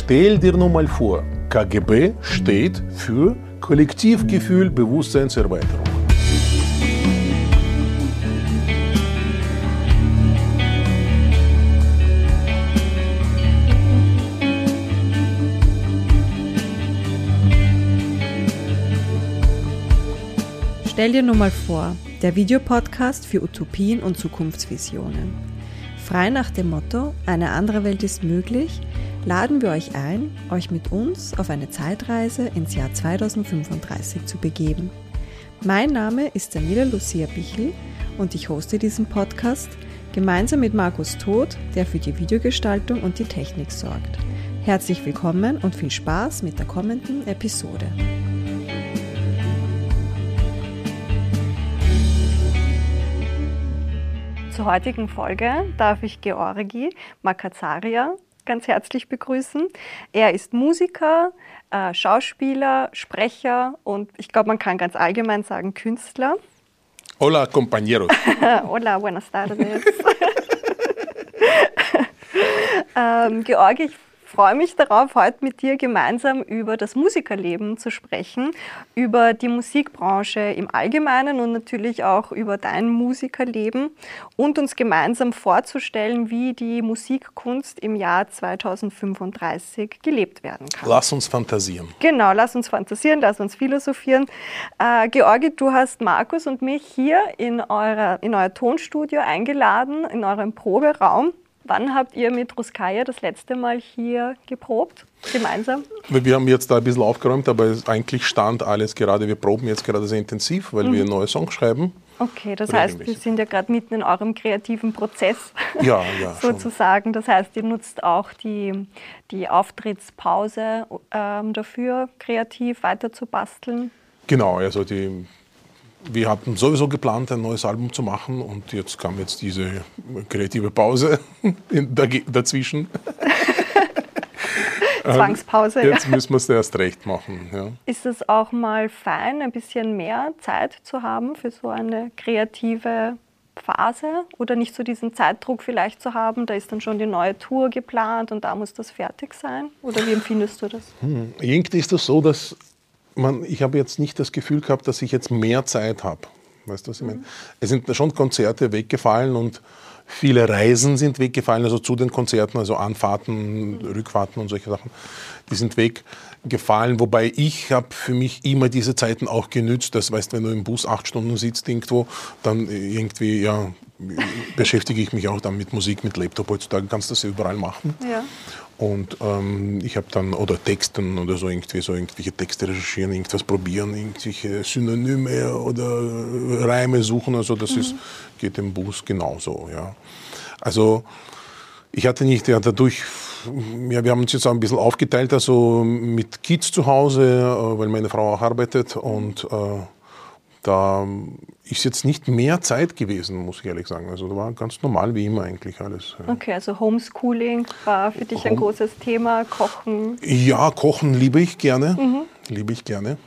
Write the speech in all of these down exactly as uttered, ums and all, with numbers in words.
Stell dir nur mal vor, K G B steht für Kollektivgefühl, Bewusstseinserweiterung. Stell dir nur mal vor, der Videopodcast für Utopien und Zukunftsvisionen. Frei nach dem Motto, eine andere Welt ist möglich, laden wir euch ein, euch mit uns auf eine Zeitreise ins Jahr zweitausendfünfunddreißig zu begeben. Mein Name ist Daniela Lucia Bichl und ich hoste diesen Podcast gemeinsam mit Markus Todt, der für die Videogestaltung und die Technik sorgt. Herzlich willkommen und viel Spaß mit der kommenden Episode. Zur heutigen Folge darf ich Georgi Makazaria ganz herzlich begrüßen. Er ist Musiker, äh, Schauspieler, Sprecher und ich glaube, man kann ganz allgemein sagen Künstler. Hola, compañeros. Hola, buenas tardes. ähm, Georgi, ich freue mich darauf, heute mit dir gemeinsam über das Musikerleben zu sprechen, über die Musikbranche im Allgemeinen und natürlich auch über dein Musikerleben und uns gemeinsam vorzustellen, wie die Musikkunst im Jahr zweitausendfünfunddreißig gelebt werden kann. Lass uns fantasieren. Genau, lass uns fantasieren, lass uns philosophieren. Äh, Georgi, du hast Markus und mich hier in, eurer, in euer Tonstudio eingeladen, in eurem Proberaum. Wann habt ihr mit Ruskaya das letzte Mal hier geprobt, gemeinsam? Wir haben jetzt da ein bisschen aufgeräumt, aber eigentlich stand alles gerade, wir proben jetzt gerade sehr intensiv, weil mhm. wir neue Songs schreiben. Okay, das heißt, wir sind ja gerade mitten in eurem kreativen Prozess, ja, ja, sozusagen. Das heißt, ihr nutzt auch die, die Auftrittspause ähm, dafür, kreativ weiter zu basteln? Genau, also die... Wir hatten sowieso geplant, ein neues Album zu machen und jetzt kam jetzt diese kreative Pause dazwischen. Zwangspause, Jetzt ja. müssen wir es erst recht machen. Ja. Ist es auch mal fein, ein bisschen mehr Zeit zu haben für so eine kreative Phase oder nicht so diesen Zeitdruck vielleicht zu haben? Da ist dann schon die neue Tour geplant und da muss das fertig sein? Oder wie empfindest du das? Hm. Irgendwie ist das so, dass Man, ich habe jetzt nicht das Gefühl gehabt, dass ich jetzt mehr Zeit habe. Weißt du, was ich meine? Es sind schon Konzerte weggefallen und viele Reisen sind weggefallen, also zu den Konzerten, also Anfahrten, Rückfahrten und solche Sachen, die sind weggefallen. Wobei ich habe für mich immer diese Zeiten auch genützt, dass, weißt, wenn du im Bus acht Stunden sitzt irgendwo, dann irgendwie, ja, beschäftige ich mich auch dann mit Musik, mit Laptop. Heutzutage kannst du das überall machen. Ja. Und ähm, ich habe dann, oder Texten oder so irgendwie, so irgendwelche Texte recherchieren, irgendwas probieren, irgendwelche Synonyme oder Reime suchen, also das mhm. ist, geht im Bus genauso, ja. Also ich hatte nicht, ja, dadurch, ja, wir haben uns jetzt auch ein bisschen aufgeteilt, also mit Kids zu Hause, weil meine Frau auch arbeitet und äh, da ist jetzt nicht mehr Zeit gewesen, muss ich ehrlich sagen. Also da war ganz normal wie immer eigentlich alles. Okay, also Homeschooling war für dich Home- ein großes Thema, Kochen? Ja, Kochen liebe ich gerne, mhm. liebe ich gerne.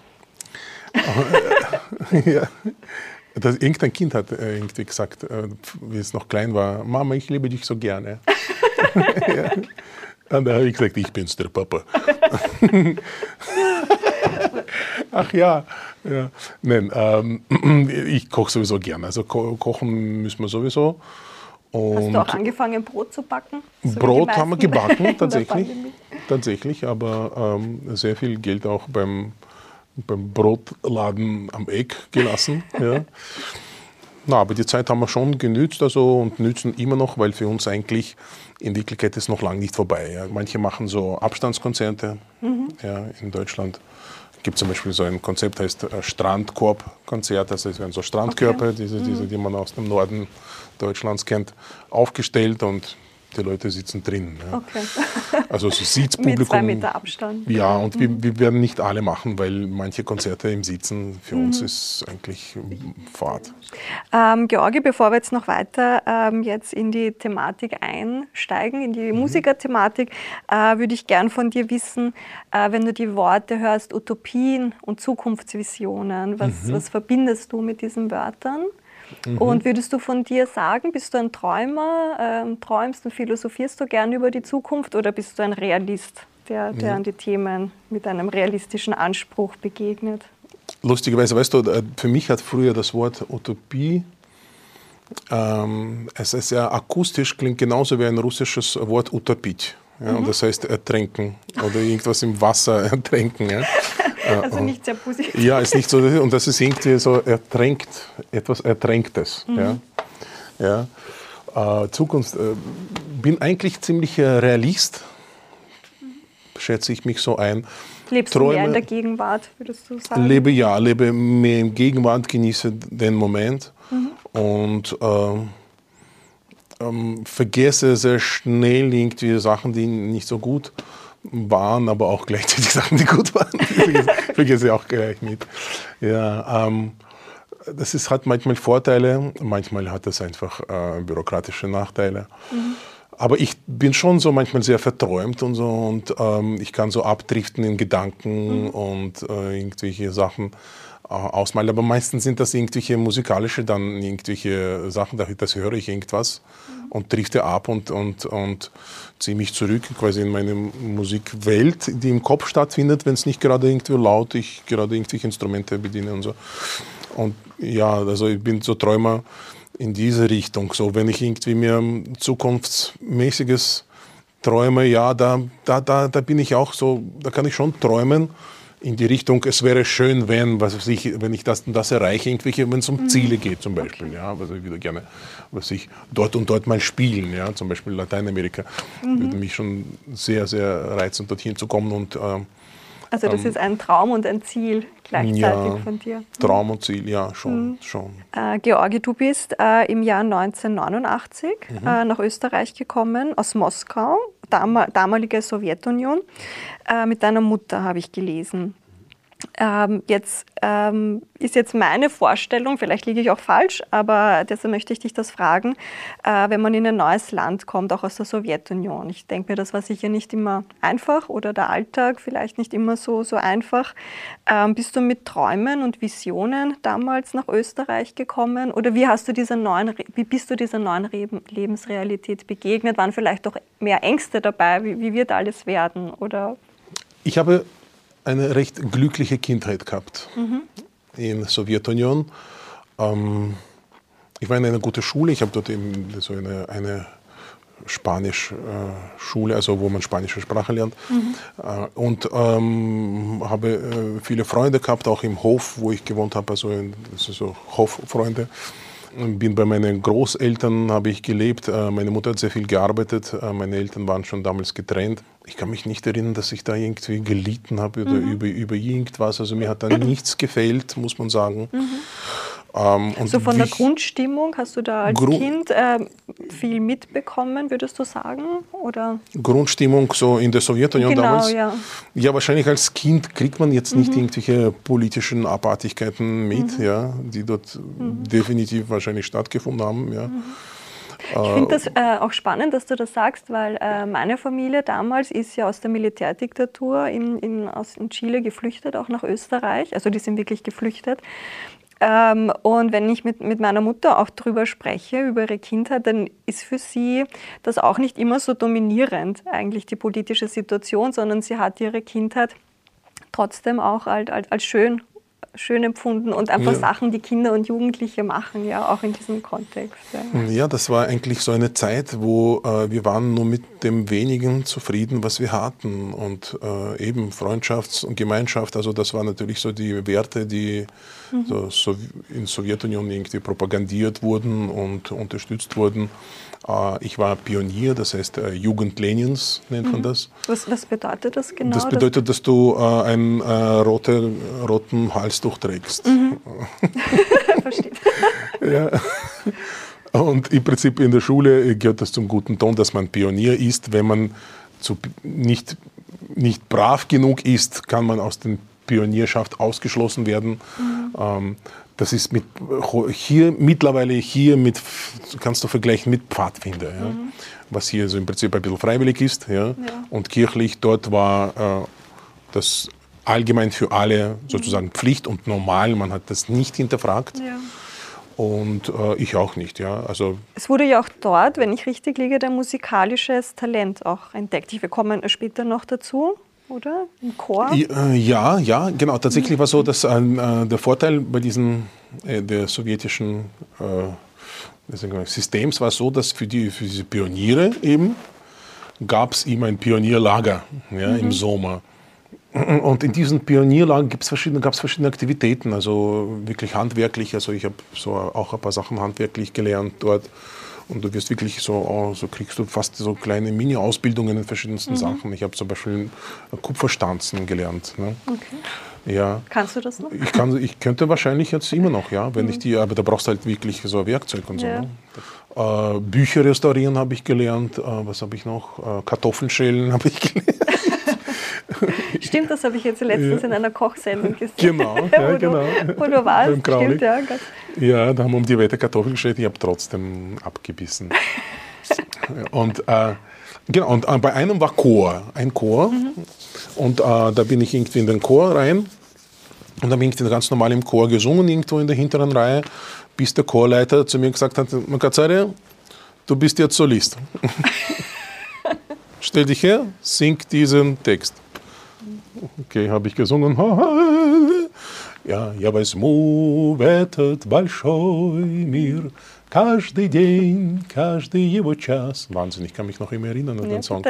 ja. Das, irgendein Kind hat äh, irgendwie gesagt, äh, wie es noch klein war, Mama, ich liebe dich so gerne. ja. Und da habe ich gesagt, ich bin's, der Papa. Ach ja, ja. Nein, ähm, ich koche sowieso gerne. Also ko- kochen müssen wir sowieso. Und hast du auch angefangen, Brot zu backen? So Brot haben wir gebacken, tatsächlich. tatsächlich, aber ähm, sehr viel Geld auch beim, beim Brotladen am Eck gelassen. Ja. Na, aber die Zeit haben wir schon genützt also, und nützen immer noch, weil für uns eigentlich in Wirklichkeit ist noch lange nicht vorbei. Ja. Manche machen so Abstandskonzerte mhm. ja, in Deutschland. Es gibt zum Beispiel so ein Konzept, heißt äh, Strandkorb-Konzert. Das heißt, werden so Strandkörper, okay. diese, mhm. diese, die man aus dem Norden Deutschlands kennt, aufgestellt und die Leute sitzen drin. Ja. Okay. Also so Sitzpublikum. Mit zwei Meter Abstand. Ja, und mhm. wir, wir werden nicht alle machen, weil manche Konzerte im Sitzen für mhm. uns ist eigentlich Fahrt. Ähm, Georgi, bevor wir jetzt noch weiter ähm, jetzt in die Thematik einsteigen, in die mhm. Musikerthematik, äh, würde ich gern von dir wissen, äh, wenn du die Worte hörst, Utopien und Zukunftsvisionen, was, mhm. was verbindest du mit diesen Wörtern? Mhm. Und würdest du von dir sagen, bist du ein Träumer, ähm, träumst und philosophierst du gern über die Zukunft oder bist du ein Realist, der, der ja. an die Themen mit einem realistischen Anspruch begegnet. Lustigerweise, weißt du, für mich hat früher das Wort Utopie, ähm, es ist ja akustisch, klingt genauso wie ein russisches Wort Utopit. Ja, mhm. Und das heißt ertränken oder irgendwas im Wasser ertränken. Ja. Also nicht sehr positiv. Ja, ist nicht so. Und das ist irgendwie so ertränkt, etwas Ertränktes. Mhm. Ja. Ja. Äh, Zukunft, äh, bin eigentlich ziemlich äh, Realist, schätze ich mich so ein. Lebst Träume, du mehr in der Gegenwart, würdest du sagen? Lebe ja, lebe mehr in Gegenwart, genieße den Moment mhm. und äh, ähm, vergesse sehr schnell irgendwie Sachen, die nicht so gut waren, aber auch gleichzeitig Sachen, die gut waren. Ich vergesse auch gleich mit. Ja, ähm, das ist, hat manchmal Vorteile, manchmal hat das einfach äh, bürokratische Nachteile. Mhm. Aber ich bin schon so manchmal sehr verträumt und so und ähm, ich kann so abdriften in Gedanken mhm. und äh, irgendwelche Sachen äh, ausmalen. Aber meistens sind das irgendwelche musikalische, dann irgendwelche Sachen, das höre ich irgendwas mhm. und drifte ab und, und, und ziehe mich zurück quasi in meine Musikwelt, die im Kopf stattfindet, wenn es nicht gerade irgendwie laut, ich gerade irgendwelche Instrumente bediene und so. Und ja, also ich bin so Träumer in diese Richtung. So, wenn ich irgendwie mir zukunftsmäßiges träume, ja, da, da, da, da bin ich auch so, da kann ich schon träumen in die Richtung, es wäre schön, wenn, was weiß ich, wenn ich das und das erreiche, irgendwelche, wenn es um mhm. Ziele geht zum Beispiel, okay. ja, also ich würde gerne, was ich dort und dort mal spielen, ja, zum Beispiel Lateinamerika, mhm. würde mich schon sehr, sehr reizen, dorthin zu kommen und ähm, also das ähm, ist ein Traum und ein Ziel gleichzeitig ja, von dir. Traum und Ziel, ja, schon. Mhm. schon. Äh, Georgi, du bist äh, im Jahr neunzehnhundertneunundachtzig mhm. äh, nach Österreich gekommen, aus Moskau, dam- damalige Sowjetunion, äh, mit deiner Mutter, habe ich gelesen. Ähm, jetzt ähm, ist jetzt meine Vorstellung, vielleicht liege ich auch falsch, aber deshalb möchte ich dich das fragen, äh, wenn man in ein neues Land kommt, auch aus der Sowjetunion. Ich denke mir, das war sicher nicht immer einfach oder der Alltag vielleicht nicht immer so, so einfach. Ähm, bist du mit Träumen und Visionen damals nach Österreich gekommen oder wie, hast du dieser neuen, wie bist du dieser neuen Re- Lebensrealität begegnet? Waren vielleicht auch mehr Ängste dabei? Wie, wie wird alles werden? Oder? Ich habe eine recht glückliche Kindheit gehabt mhm. in der Sowjetunion. Ähm, ich war in einer guten Schule, ich habe dort eben so eine, eine Spanisch-Schule, äh, also wo man spanische Sprache lernt. Mhm. Äh, und ähm, habe äh, viele Freunde gehabt, auch im Hof, wo ich gewohnt habe, also in, das ist so Hoffreunde. Bin bei meinen Großeltern, habe ich gelebt. Meine Mutter hat sehr viel gearbeitet. Meine Eltern waren schon damals getrennt. Ich kann mich nicht erinnern, dass ich da irgendwie gelitten habe oder mhm. über, über irgendwas. Also mir hat da nichts gefehlt, muss man sagen. Mhm. Ähm, und so von der Grundstimmung, hast du da als Grund, Kind äh, viel mitbekommen, würdest du sagen? Oder? Grundstimmung so in der Sowjetunion genau, damals? Ja. ja, wahrscheinlich als Kind kriegt man jetzt nicht mhm. irgendwelche politischen Abartigkeiten mit, mhm. ja, die dort mhm. definitiv wahrscheinlich stattgefunden haben. Ja. Mhm. Ich finde das äh, auch spannend, dass du das sagst, weil äh, meine Familie damals ist ja aus der Militärdiktatur in, in, aus, in Chile geflüchtet, auch nach Österreich. Also die sind wirklich geflüchtet. Ähm, und wenn ich mit, mit meiner Mutter auch drüber spreche, über ihre Kindheit, dann ist für sie das auch nicht immer so dominierend, eigentlich die politische Situation, sondern sie hat ihre Kindheit trotzdem auch als, als, als schön schön empfunden und einfach ja. Sachen, die Kinder und Jugendliche machen, ja, auch in diesem Kontext. Ja, ja das war eigentlich so eine Zeit, wo äh, wir waren nur mit dem Wenigen zufrieden, was wir hatten und äh, eben Freundschaft und Gemeinschaft, also das waren natürlich so die Werte, die mhm. so, so in der Sowjetunion irgendwie propagandiert wurden und unterstützt wurden. Äh, ich war Pionier, das heißt äh, Jugend Lenins nennt mhm. man das. Was, was bedeutet das genau? Das bedeutet, dass du äh, einen äh, rote, roten Halstuch trägst. Mhm. Verstehe. Ja. Und im Prinzip in der Schule gehört das zum guten Ton, dass man Pionier ist. Wenn man zu, nicht, nicht brav genug ist, kann man aus der Pionierschaft ausgeschlossen werden. Mhm. Ähm, das ist mit, hier mittlerweile hier mit, kannst du vergleichen mit Pfadfinder, ja? Mhm. Was hier so im Prinzip ein bisschen freiwillig ist. Ja? Ja. Und kirchlich, dort war äh, das allgemein für alle sozusagen mhm. Pflicht und normal, man hat das nicht hinterfragt. Ja. Und äh, ich auch nicht. Ja. Also, es wurde ja auch dort, wenn ich richtig liege, dein musikalisches Talent auch entdeckt. Wir kommen später noch dazu, oder? Im Chor? Ja, ja, genau. Tatsächlich war es so, dass äh, der Vorteil bei diesen äh, der sowjetischen äh, Systems war so, dass für, die, für diese Pioniere eben gab es immer ein Pionierlager, ja, mhm. im Sommer. Und in diesen Pionierlagen gibt's verschiedene, gab es verschiedene Aktivitäten, also wirklich handwerklich. Also ich habe so auch ein paar Sachen handwerklich gelernt dort. Und du wirst wirklich so, oh, so kriegst du fast so kleine Mini-Ausbildungen in verschiedensten mhm. Sachen. Ich habe zum Beispiel Kupferstanzen gelernt. Ne? Okay. Ja. Kannst du das noch? Ich, kann, ich könnte wahrscheinlich jetzt immer noch, ja, wenn mhm. ich die, aber da brauchst du halt wirklich so ein Werkzeug und ja. so. Ne? Äh, Bücher restaurieren habe ich gelernt. Äh, was habe ich noch? Äh, Kartoffeln schälen habe ich gelernt. Stimmt, das habe ich jetzt letztens ja. in einer Kochsendung gesehen. Genau, ja, wo genau. Du, wo du warst. Stimmt, ja, ja, da haben wir um die Wette Kartoffeln gestellt, ich habe trotzdem abgebissen. und äh, genau, und äh, bei einem war Chor, ein Chor. Mhm. Und äh, da bin ich irgendwie in den Chor rein. Und dann bin ich ganz normal im Chor gesungen, irgendwo in der hinteren Reihe, bis der Chorleiter zu mir gesagt hat, Makazarya, du bist jetzt Solist. Stell dich her, sing diesen Text. Okay, habe ich gesungen. Ja, я возьму в этот большой мир каждый день, каждый его час. Wahnsinn, ich kann mich noch immer erinnern an den Song.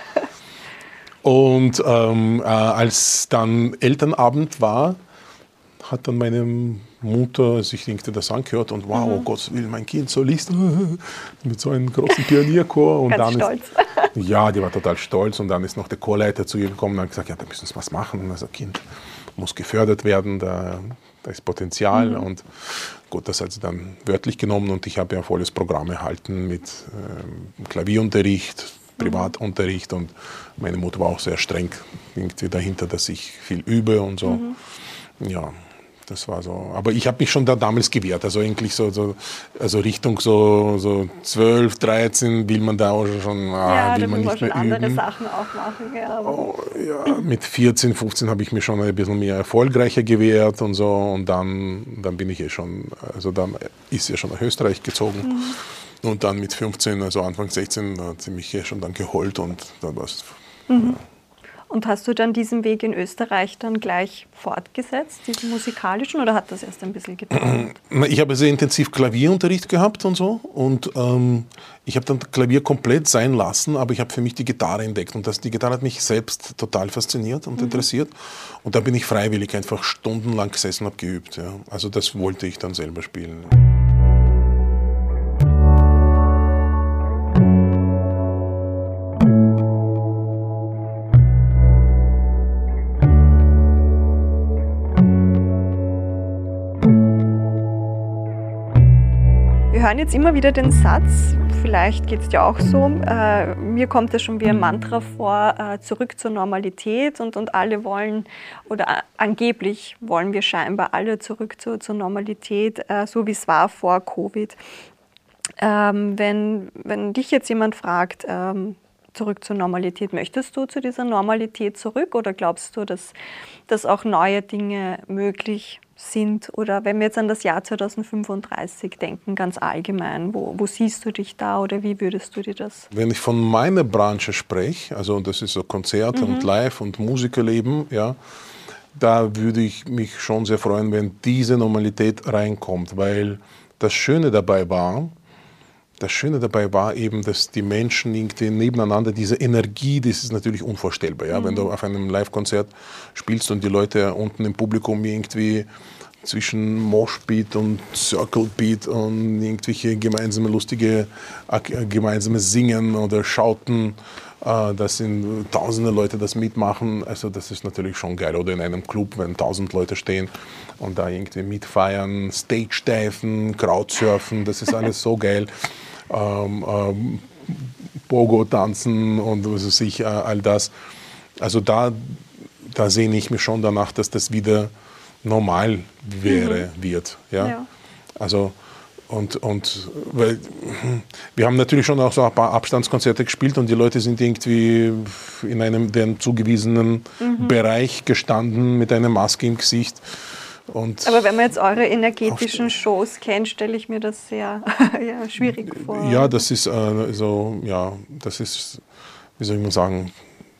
Und ähm, äh, als dann Elternabend war, hat dann meine Mutter sich irgendwie das angehört und wow, mhm. oh Gott will mein Kind Solist mit so einem großen Pionierchor. Und Ganz dann stolz. Ist, ja, die war total stolz und dann ist noch der Chorleiter zu ihr gekommen und hat gesagt, ja, da müssen Sie was machen. Also Kind muss gefördert werden, da, da ist Potenzial. Mhm. Und gut, das hat sie dann wörtlich genommen und ich habe ja volles Programm erhalten mit ähm, Klavierunterricht, Privatunterricht und meine Mutter war auch sehr streng irgendwie dahinter, dass ich viel übe und so. Mhm. Ja. Das war so. Aber ich habe mich schon da damals gewehrt. Also eigentlich so, so also Richtung so, so zwölf, dreizehn will man da auch schon, ah, ja, will man nicht schon mehr andere üben. Sachen auch machen. Ja, aber oh, ja, mit vierzehn, fünfzehn habe ich mich schon ein bisschen mehr erfolgreicher gewehrt und so. Und dann, dann bin ich eh schon, also dann ist ja schon nach Österreich gezogen. Mhm. Und dann mit fünfzehn, also Anfang sechzehn, hat sie mich ja schon dann geholt und dann war es. Mhm. Ja. Und hast du dann diesen Weg in Österreich dann gleich fortgesetzt, diesen musikalischen, oder hat das erst ein bisschen gedauert? Ich habe sehr intensiv Klavierunterricht gehabt und so. Und ähm, ich habe dann Klavier komplett sein lassen, aber ich habe für mich die Gitarre entdeckt. Und das, die Gitarre hat mich selbst total fasziniert und mhm. interessiert. Und da bin ich freiwillig einfach stundenlang gesessen und habe geübt. Ja. Also das wollte ich dann selber spielen. Wir hören jetzt immer wieder den Satz, vielleicht geht es dir auch so, äh, mir kommt das schon wie ein Mantra vor, äh, zurück zur Normalität und, und alle wollen, oder äh, angeblich wollen wir scheinbar alle zurück zur, zur Normalität, äh, so wie es war vor Covid. Ähm, wenn, wenn dich jetzt jemand fragt, ähm, zurück zur Normalität, möchtest du zu dieser Normalität zurück oder glaubst du, dass, dass auch neue Dinge möglich sind? sind oder wenn wir jetzt an das Jahr zweitausendfünfunddreißig denken, ganz allgemein, wo, wo siehst du dich da oder wie würdest du dir das? Wenn ich von meiner Branche spreche, also das ist so Konzerte mhm. und Live und Musikerleben, ja, da würde ich mich schon sehr freuen, wenn diese Normalität reinkommt, weil das Schöne dabei war, Das Schöne dabei war eben, dass die Menschen irgendwie nebeneinander, diese Energie, das ist natürlich unvorstellbar. Ja? Mhm. Wenn du auf einem Live-Konzert spielst und die Leute unten im Publikum irgendwie zwischen Moshbeat und Circlebeat und irgendwelche gemeinsame lustige, gemeinsame Singen oder Schauten, äh, das sind tausende Leute das mitmachen, also das ist natürlich schon geil. Oder in einem Club, wenn tausend Leute stehen und da irgendwie mitfeiern, Stage-Diven, Crowdsurfen, das ist alles so geil. Ähm, ähm, Pogo tanzen und was weiß ich, äh, all das. Also da, da sehne ich mich schon danach, dass das wieder normal wäre, mhm. wird. Ja? Ja. Also und, und weil wir haben natürlich schon auch so ein paar Abstandskonzerte gespielt und die Leute sind irgendwie in einem deren zugewiesenen mhm. Bereich gestanden mit einer Maske im Gesicht. Und aber wenn man jetzt eure energetischen Shows kennt, stelle ich mir das sehr ja, schwierig vor. Ja, das ist äh, so, ja, das ist, wie soll ich sagen,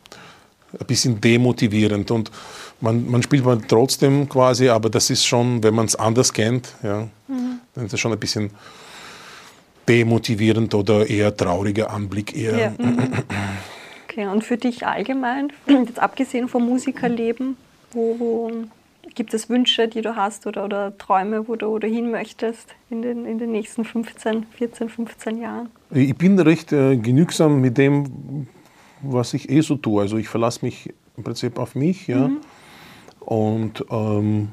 ein bisschen demotivierend und man, man spielt man trotzdem quasi, aber das ist schon, wenn man es anders kennt, ja, mhm. dann ist das schon ein bisschen demotivierend oder eher trauriger Anblick. Eher. Ja. Mhm. Okay, und für dich allgemein, jetzt abgesehen vom Musikerleben, wo, wo gibt es Wünsche, die du hast oder, oder Träume, wo du, wo du hin möchtest in den, in den nächsten fünfzehn, vierzehn, fünfzehn Jahren? Ich bin recht äh, genügsam mit dem, was ich eh so tue. Also ich verlasse mich im Prinzip auf mich, ja. Mhm. Und ähm,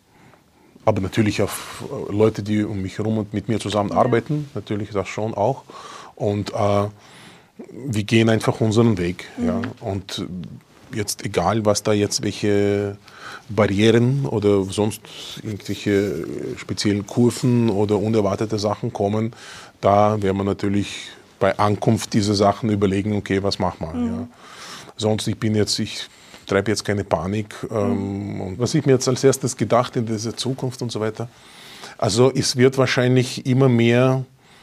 aber natürlich auf Leute, die um mich herum und mit mir zusammenarbeiten, ja. Natürlich das schon auch. Und äh, wir gehen einfach unseren Weg. Mhm. Ja. Und jetzt egal, was da jetzt welche Barrieren oder sonst irgendwelche speziellen Kurven oder unerwartete Sachen kommen, da werden wir natürlich bei Ankunft dieser Sachen überlegen, okay, was machen wir. Mhm. Ja. Sonst, ich bin jetzt, ich treibe jetzt keine Panik. Ähm, und was ich mir jetzt als erstes gedacht in dieser Zukunft und so weiter, also es wird wahrscheinlich immer mehr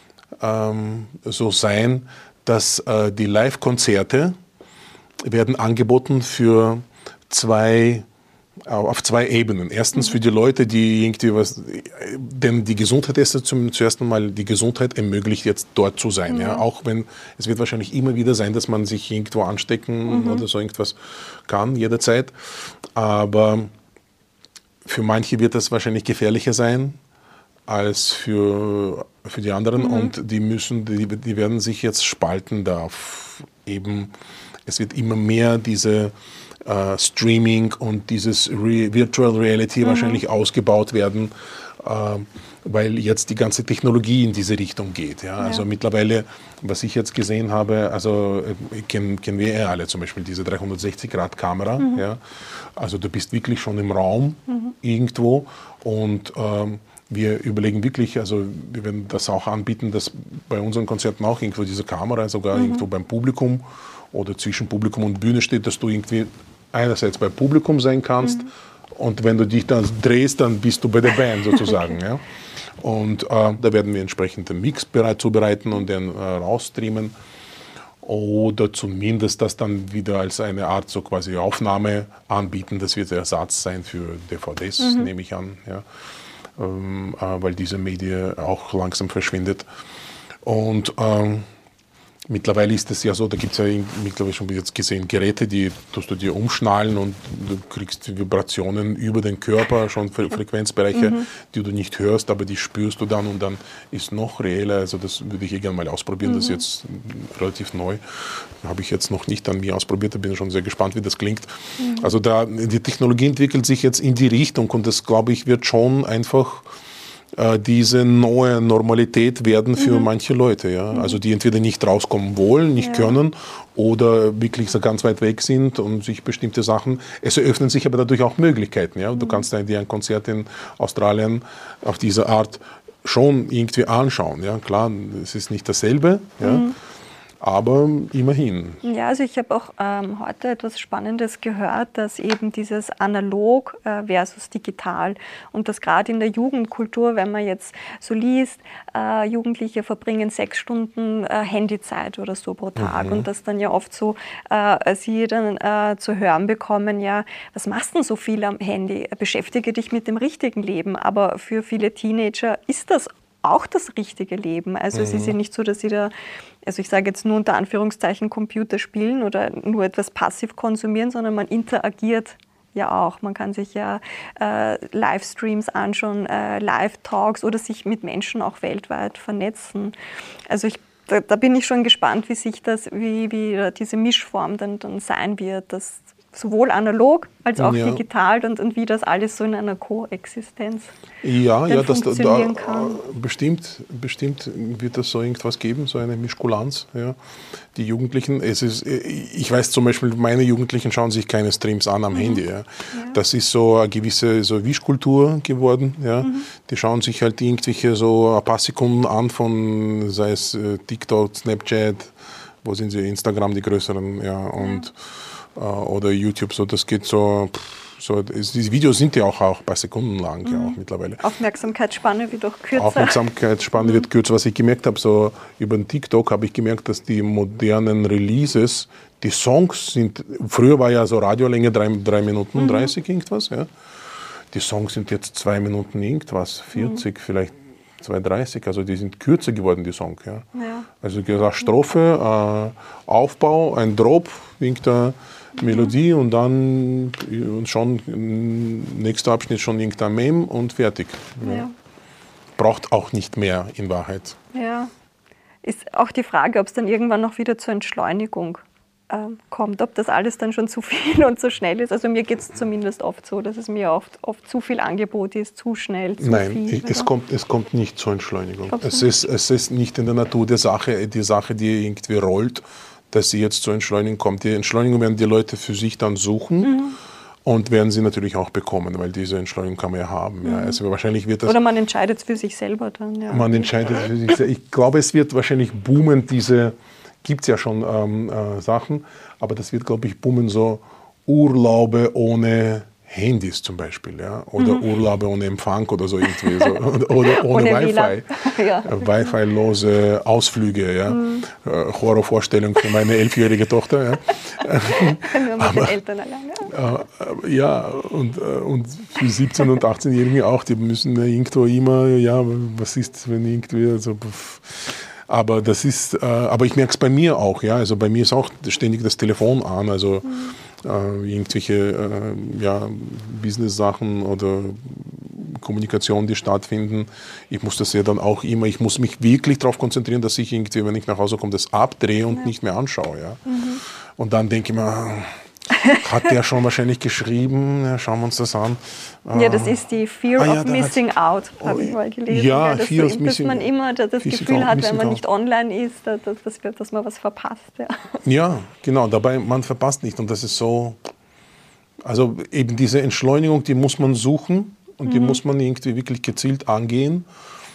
ähm, so sein, dass äh, die Live-Konzerte werden angeboten für zwei auf zwei Ebenen. Erstens für die Leute, die irgendwie was, denn die Gesundheit ist zum, zuerst einmal, die Gesundheit ermöglicht jetzt dort zu sein. Mhm. Ja. Auch wenn, es wird wahrscheinlich immer wieder sein, dass man sich irgendwo anstecken mhm. oder so irgendwas kann, jederzeit. Aber für manche wird das wahrscheinlich gefährlicher sein als für, für die anderen mhm. und die müssen, die, die werden sich jetzt spalten da eben, es wird immer mehr diese Uh, Streaming und dieses Re- Virtual Reality mhm. wahrscheinlich ausgebaut werden, uh, weil jetzt die ganze Technologie in diese Richtung geht. Ja? Ja. Also mittlerweile, was ich jetzt gesehen habe, also kennen, kennen wir ja alle zum Beispiel diese dreihundertsechzig Grad Kamera. Mhm. Ja? Also du bist wirklich schon im Raum mhm. irgendwo und ähm, wir überlegen wirklich, also wir werden das auch anbieten, dass bei unseren Konzerten auch irgendwo diese Kamera sogar mhm. irgendwo beim Publikum oder zwischen Publikum und Bühne steht, dass du irgendwie einerseits beim Publikum sein kannst mhm. und wenn du dich dann drehst, dann bist du bei der Band sozusagen. Okay. Ja. Und äh, da werden wir entsprechend den Mix bereit zubereiten und den äh, rausstreamen oder zumindest das dann wieder als eine Art so quasi Aufnahme anbieten. Das wird der Ersatz sein für D V Ds, mhm. nehme ich an, ja. ähm, äh, weil diese Medie auch langsam verschwindet. Und ähm, mittlerweile ist es ja so, da gibt es ja mittlerweile schon jetzt gesehen Geräte, die tust du dir umschnallen und du kriegst Vibrationen über den Körper, schon Fre- Frequenzbereiche, mhm. die du nicht hörst, aber die spürst du dann und dann ist noch reeller. Also das würde ich eh gerne mal ausprobieren, mhm. das ist jetzt relativ neu. Habe ich jetzt noch nicht an mir ausprobiert, da bin ich schon sehr gespannt, wie das klingt. Mhm. Also da, die Technologie entwickelt sich jetzt in die Richtung und das, glaube ich, wird schon einfach diese neue Normalität werden für mhm. manche Leute, ja, mhm. also die entweder nicht rauskommen wollen, nicht ja. können oder wirklich so ganz weit weg sind und sich bestimmte Sachen, es eröffnen sich aber dadurch auch Möglichkeiten, ja, mhm. du kannst dir ein Konzert in Australien auf diese Art schon irgendwie anschauen, ja, klar, es ist nicht dasselbe, ja, mhm. aber immerhin. Ja, also ich habe auch ähm, heute etwas Spannendes gehört, dass eben dieses Analog äh, versus Digital und dass gerade in der Jugendkultur, wenn man jetzt so liest, äh, Jugendliche verbringen sechs Stunden äh, Handyzeit oder so pro Tag mhm. und dass dann ja oft so äh, sie dann äh, zu hören bekommen, ja, was machst du denn so viel am Handy? Beschäftige dich mit dem richtigen Leben, aber für viele Teenager ist das auch das richtige Leben. Also mhm. es ist ja nicht so, dass sie da, also ich sage jetzt nur unter Anführungszeichen Computer spielen oder nur etwas passiv konsumieren, sondern man interagiert ja auch. Man kann sich ja äh, Livestreams anschauen, äh, Live-Talks oder sich mit Menschen auch weltweit vernetzen. Also ich, da, da bin ich schon gespannt, wie sich das, wie, wie diese Mischform dann, dann sein wird, dass sowohl analog als auch ja. digital und, und wie das alles so in einer Koexistenz ja, ja, das, funktionieren da, kann. Bestimmt, bestimmt wird es so irgendwas geben, so eine Mischkulanz. Ja. Die Jugendlichen, es ist, ich weiß zum Beispiel, meine Jugendlichen schauen sich keine Streams an am mhm. Handy. Ja. Ja. Das ist so eine gewisse so Wischkultur geworden. Ja. Mhm. Die schauen sich halt irgendwelche so Appassikum an von, sei es TikTok, Snapchat, wo sind sie, Instagram die größeren, ja, und ja. oder YouTube, so das geht so So, die Videos sind ja auch, auch ein paar Sekunden lang, mhm. ja, auch mittlerweile. Aufmerksamkeitsspanne wird auch kürzer. Aufmerksamkeitsspanne mhm. wird kürzer. Was ich gemerkt habe, so über den TikTok habe ich gemerkt, dass die modernen Releases, die Songs sind, früher war ja so Radiolänge drei, drei Minuten mhm. dreißig irgendwas, ja. Die Songs sind jetzt zwei Minuten irgendwas, vierzig, mhm. vielleicht zwei dreißig, also die sind kürzer geworden, die Songs. Ja. Ja. Also gesagt, Strophe, äh, Aufbau, ein Drop, irgendeine Melodie mhm. und dann und schon nächster Abschnitt schon irgendein Meme und fertig. Ja. Ja. Braucht auch nicht mehr in Wahrheit. Ja, ist auch die Frage, ob es dann irgendwann noch wieder zur Entschleunigung kommt, ob das alles dann schon zu viel und zu schnell ist. Also mir geht es zumindest oft so, dass es mir oft, oft zu viel Angebot ist, zu schnell, zu Nein, viel. Nein, es kommt, es kommt nicht zur Entschleunigung. Es ist, es ist nicht in der Natur der Sache, die Sache, die irgendwie rollt, dass sie jetzt zur Entschleunigung kommt. Die Entschleunigung werden die Leute für sich dann suchen. Mhm. Und werden sie natürlich auch bekommen, weil diese Entschleunigung kann man ja haben. Mhm. Ja. Also wahrscheinlich wird das, oder man entscheidet es für sich selber dann. Ja. Man entscheidet es für sich selber. Ich glaube, es wird wahrscheinlich boomen, diese gibt es ja schon ähm, äh, Sachen, aber das wird, glaube ich, boomen, so Urlaube ohne Handys zum Beispiel, ja? Oder mhm. Urlaube ohne Empfang oder so irgendwie, so. oder, oder ohne, ohne Wi-Fi, ja. äh, Wi-Fi-lose Ausflüge, ja? Mhm. äh, Horrorvorstellung für meine elfjährige Tochter. Ja? Können wir mit aber, den Eltern alleine. Äh, ja, und, äh, und für siebzehn- und achtzehnjährige auch, die müssen irgendwo immer, ja, was ist, wenn irgendwie so... Pff, Aber das ist, äh, aber ich merke es bei mir auch, ja. Also bei mir ist auch ständig das Telefon an, also mhm. äh, irgendwelche äh, ja, Business-Sachen oder Kommunikation, die stattfinden. Ich muss das ja dann auch immer, ich muss mich wirklich darauf konzentrieren, dass ich irgendwie, wenn ich nach Hause komme, das abdrehe und ja. nicht mehr anschaue, ja. Mhm. Und dann denke ich mir, hat der schon wahrscheinlich geschrieben, ja, schauen wir uns das an. Ja, das ist die Fear ah, ja, of Missing Out, habe oh, ich mal gelesen. Ja, ja, dass, Fear so, of dass man immer das Gefühl hat, wenn man nicht online ist, dass, dass, dass man was verpasst. Ja. ja, genau, dabei man verpasst nicht und das ist so, also eben diese Entschleunigung, die muss man suchen und mhm. die muss man irgendwie wirklich gezielt angehen.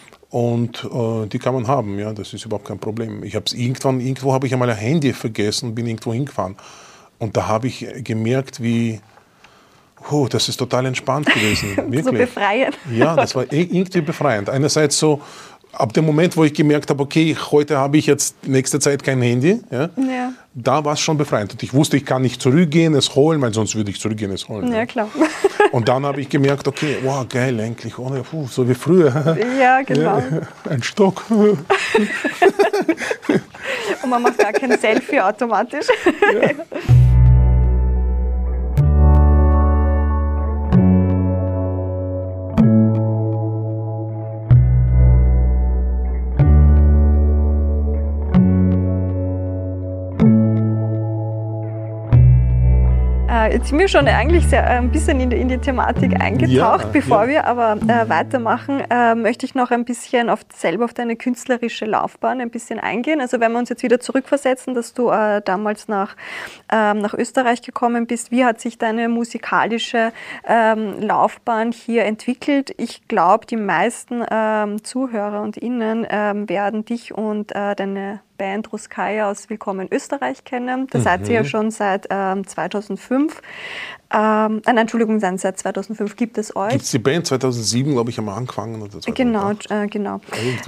Und äh, die kann man haben, ja, das ist überhaupt kein Problem. Ich habe es irgendwann, irgendwo habe ich einmal ein Handy vergessen und bin irgendwo hingefahren. Und da habe ich gemerkt, wie, oh, das ist total entspannt gewesen. Wirklich. So befreiend. Ja, das war irgendwie befreiend. Einerseits so, ab dem Moment, wo ich gemerkt habe, okay, heute habe ich jetzt nächste Zeit kein Handy, ja, ja. da war es schon befreiend. Und ich wusste, ich kann nicht zurückgehen, es holen, weil sonst würde ich zurückgehen, es holen. Ja, klar. Und dann habe ich gemerkt, okay, wow, geil, endlich, ohne, puh, so wie früher. Ja, genau. Ja, ein Stock. Und man macht gar kein Selfie automatisch. Ja. Jetzt sind wir schon eigentlich sehr, ein bisschen in die, in die Thematik eingetaucht. Ja, Bevor ja. wir aber äh, weitermachen, äh, möchte ich noch ein bisschen auf, selber auf deine künstlerische Laufbahn ein bisschen eingehen. Also wenn wir uns jetzt wieder zurückversetzen, dass du äh, damals nach, ähm, nach Österreich gekommen bist, wie hat sich deine musikalische ähm, Laufbahn hier entwickelt? Ich glaube, die meisten ähm, Zuhörer und Innen ähm, werden dich und äh, deine Band Ruskaya aus Willkommen Österreich kennen. Da mhm. seid ihr ja schon seit ähm, zweitausendfünf. Ähm, nein, Entschuldigung, seit zweitausendfünf gibt es euch. Gibt es die Band? zweitausendsieben, glaube ich, haben wir angefangen. Oder genau, äh, genau.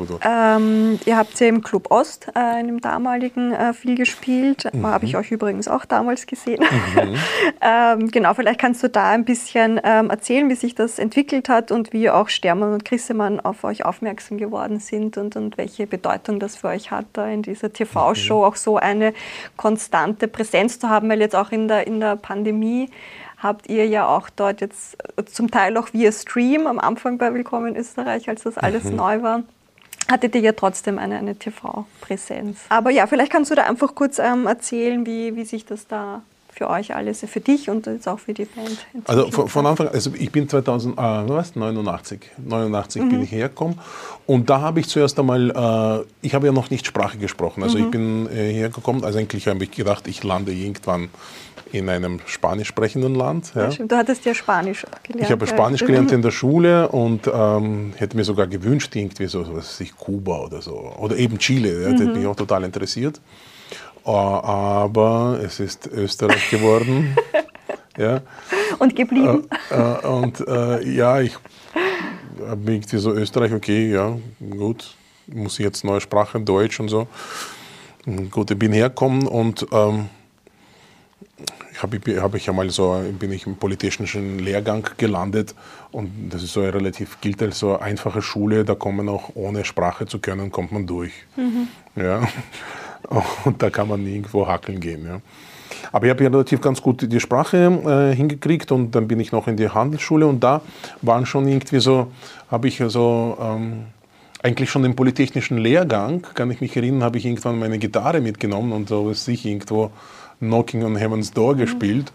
Ähm, ihr habt ja im Club Ost, äh, in dem damaligen, äh, viel gespielt. Mhm. Habe ich euch übrigens auch damals gesehen. Mhm. ähm, genau, vielleicht kannst du da ein bisschen ähm, erzählen, wie sich das entwickelt hat und wie auch Stermann und Grissemann auf euch aufmerksam geworden sind und, und welche Bedeutung das für euch hat, da in dieser T V-Show mhm. auch so eine konstante Präsenz zu haben, weil jetzt auch in der, in der Pandemie habt ihr ja auch dort jetzt zum Teil auch via Stream am Anfang bei Willkommen Österreich, als das alles mhm. neu war, hattet ihr ja trotzdem eine, eine T V-Präsenz. Aber ja, vielleicht kannst du da einfach kurz ähm, erzählen, wie, wie sich das da für euch alles, für dich und jetzt auch für die Band entwickelt. Also von, von Anfang an, also ich bin zweitausendneunundachtzig mhm. bin ich hergekommen und da habe ich zuerst einmal, äh, ich habe ja noch nicht Sprache gesprochen, also mhm. ich bin äh, hergekommen, also eigentlich habe ich gedacht, ich lande irgendwann in einem spanisch sprechenden Land. Ja. Ja, du hattest ja Spanisch gelernt. Ich habe Spanisch gelernt in der Schule und ähm, hätte mir sogar gewünscht, irgendwie so, so was weiß ich, Kuba oder so. Oder eben Chile, ja, das mhm. hat mich auch total interessiert. Uh, aber es ist Österreich geworden. Ja. Und geblieben? Äh, äh, und äh, ja, ich habe irgendwie so Österreich, okay, ja, gut, muss ich jetzt neue Sprache, Deutsch und so. Gut, ich bin hergekommen und ähm, habe hab ich einmal so, bin ich im polytechnischen Lehrgang gelandet und das ist so relativ, gilt als so eine einfache Schule, da kommt man auch ohne Sprache zu können, kommt man durch. Mhm. Ja. Und da kann man nirgendwo hackeln gehen. Ja. Aber ich habe ja relativ ganz gut die Sprache äh, hingekriegt und dann bin ich noch in die Handelsschule und da waren schon irgendwie so, habe ich so, ähm, eigentlich schon im polytechnischen Lehrgang, kann ich mich erinnern, habe ich irgendwann meine Gitarre mitgenommen und so was ich irgendwo Knocking on Heaven's Door gespielt.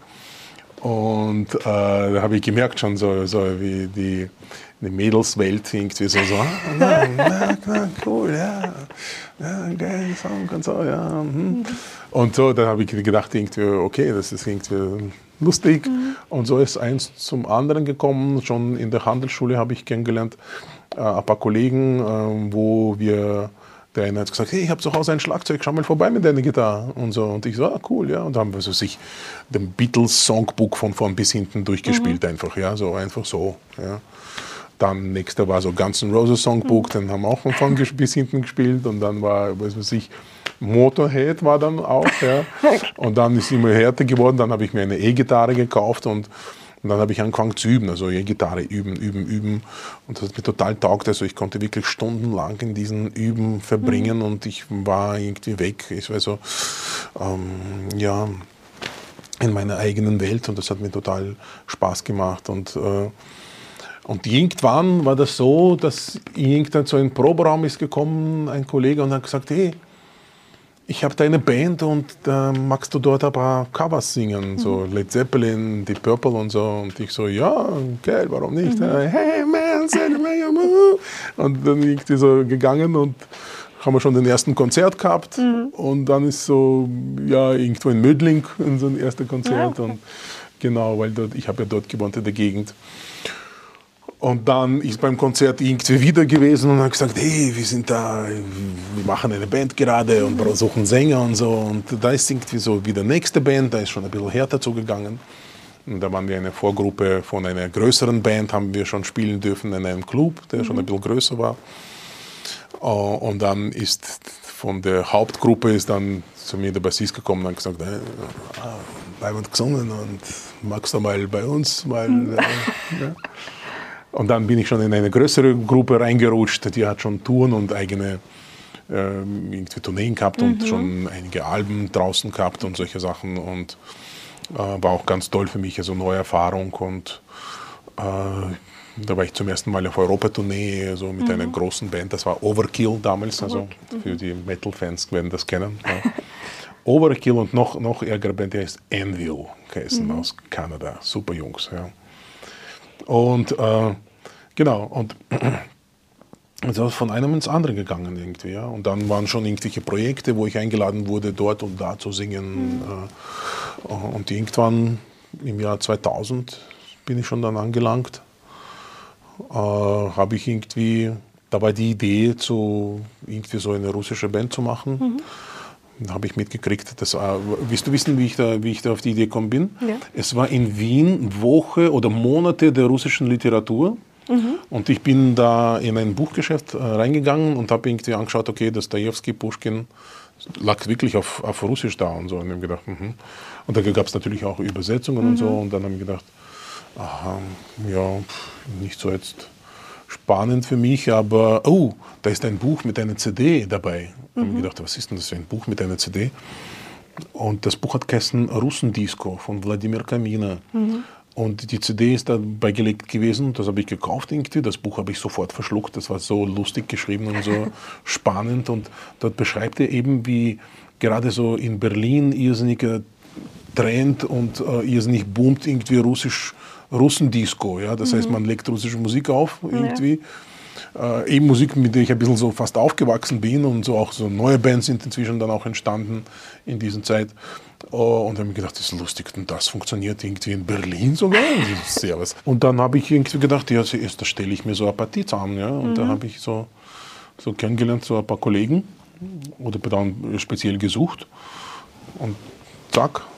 Und äh, da habe ich gemerkt schon, so, so wie die, die Mädelswelt irgendwie so, so ah, na, na, na, cool, ja, ja, geil, Song und so, ja. Hm. Und so, dann habe ich gedacht, irgendwie, okay, das ist irgendwie lustig. Mhm. Und so ist eins zum anderen gekommen. Schon in der Handelsschule habe ich kennengelernt, äh, ein paar Kollegen, äh, wo wir der eine hat gesagt, hey, ich habe zu Hause ein Schlagzeug, schau mal vorbei mit deiner Gitarre. Und so. Und ich so, ah, cool, ja. Und dann haben wir so sich den Beatles-Songbook von vorn bis hinten durchgespielt, mhm. einfach, ja, so einfach so, ja. Dann nächster war so Guns N' Roses Songbook, mhm. den haben wir auch von vorn bis hinten gespielt. Und dann war, was weiß ich, Motorhead war dann auch, ja. Und dann ist es immer härter geworden, dann habe ich mir eine E-Gitarre gekauft und Und dann habe ich angefangen zu üben, also E-Gitarre üben, üben, üben. Und das hat mir total taugt. Also ich konnte wirklich stundenlang in diesen Üben verbringen mhm. und ich war irgendwie weg. Ich war so, ähm, ja, in meiner eigenen Welt und das hat mir total Spaß gemacht. Und, äh, und irgendwann war das so, dass irgendwann so ein Proberaum ist gekommen, ein Kollege, und hat gesagt, hey, ich habe da eine Band und äh, magst du dort ein paar Covers singen, mhm. so Led Zeppelin, Deep Purple und so. Und ich so, ja, geil, warum nicht? Mhm. Hey man, say the way you move. Und dann irgendwie so gegangen und haben wir schon den ersten Konzert gehabt. Mhm. Und dann ist so, ja, irgendwo in Mödling so ein erstes Konzert. Ja. Und genau, weil dort, ich habe ja dort gewohnt in der Gegend. Und dann ist beim Konzert irgendwie wieder gewesen und hat gesagt, hey, wir sind da, wir machen eine Band gerade und suchen Sänger und so. Und da ist irgendwie so wieder nächste Band, da ist schon ein bisschen härter zugegangen. Und da waren wir eine Vorgruppe von einer größeren Band, haben wir schon spielen dürfen in einem Club, der mhm. schon ein bisschen größer war. Und dann ist von der Hauptgruppe ist dann zu mir der Bassist gekommen und hat gesagt, hey, bleib gesungen und magst du mal bei uns mal... Mhm. Äh, ja. Und dann bin ich schon in eine größere Gruppe reingerutscht, die hat schon Touren und eigene äh, irgendwie Tourneen gehabt mhm. und schon einige Alben draußen gehabt und solche Sachen. Und äh, war auch ganz toll für mich, also neue Erfahrung. Und äh, da war ich zum ersten Mal auf Europa-Tournee, also mit mhm. einer großen Band, das war Overkill damals, also mhm. für die Metal-Fans werden das kennen. Ja. Overkill und noch, noch ärgere Band, die heißt Anvil, geheißen, mhm. aus Kanada, super Jungs. Ja. Und äh, genau, und es ist von einem ins andere gegangen irgendwie, ja. Und dann waren schon irgendwelche Projekte, wo ich eingeladen wurde, dort und da zu singen. Mhm. Äh, und irgendwann im Jahr zweitausend bin ich schon dann angelangt. Äh, habe ich irgendwie, da war die Idee, zu irgendwie so eine russische Band zu machen. Mhm. Da habe ich mitgekriegt, dass, äh, willst du wissen, wie ich, da, wie ich da auf die Idee gekommen bin? Ja. Es war in Wien Woche oder Monate der russischen Literatur. Mhm. Und ich bin da in ein Buchgeschäft äh, reingegangen und habe irgendwie angeschaut, okay, Dostojewski, Puschkin, lag wirklich auf, auf Russisch da und so. Und habe gedacht, mhm. Und da gab es natürlich auch Übersetzungen mhm. und so. Und dann habe ich gedacht, aha, ja, nicht so jetzt spannend für mich, aber oh, da ist ein Buch mit einer C D dabei. Mhm. Ich habe gedacht, was ist denn das für ein Buch mit einer C D? Und das Buch hat geheißen Russendisco von Wladimir Kamina. Mhm. Und die C D ist da beigelegt gewesen, das habe ich gekauft irgendwie. Das Buch habe ich sofort verschluckt, das war so lustig geschrieben und so spannend. Und dort beschreibt er eben, wie gerade so in Berlin irrsinniger Trend und äh, irrsinnig boomt irgendwie russisch Russendisco, ja, das mhm. heißt, man legt russische Musik auf irgendwie, ja. äh, eben Musik, mit der ich ein bisschen so fast aufgewachsen bin und so auch so neue Bands sind inzwischen dann auch entstanden in dieser Zeit. Oh, und dann habe ich gedacht, das ist lustig und das funktioniert irgendwie in Berlin sogar, das ist sehr was. Und dann habe ich irgendwie gedacht, ja, zuerst stelle ich mir so ein Partie zusammen, ja, und mhm. da habe ich so, so kennengelernt, so ein paar Kollegen oder dann speziell gesucht und zack,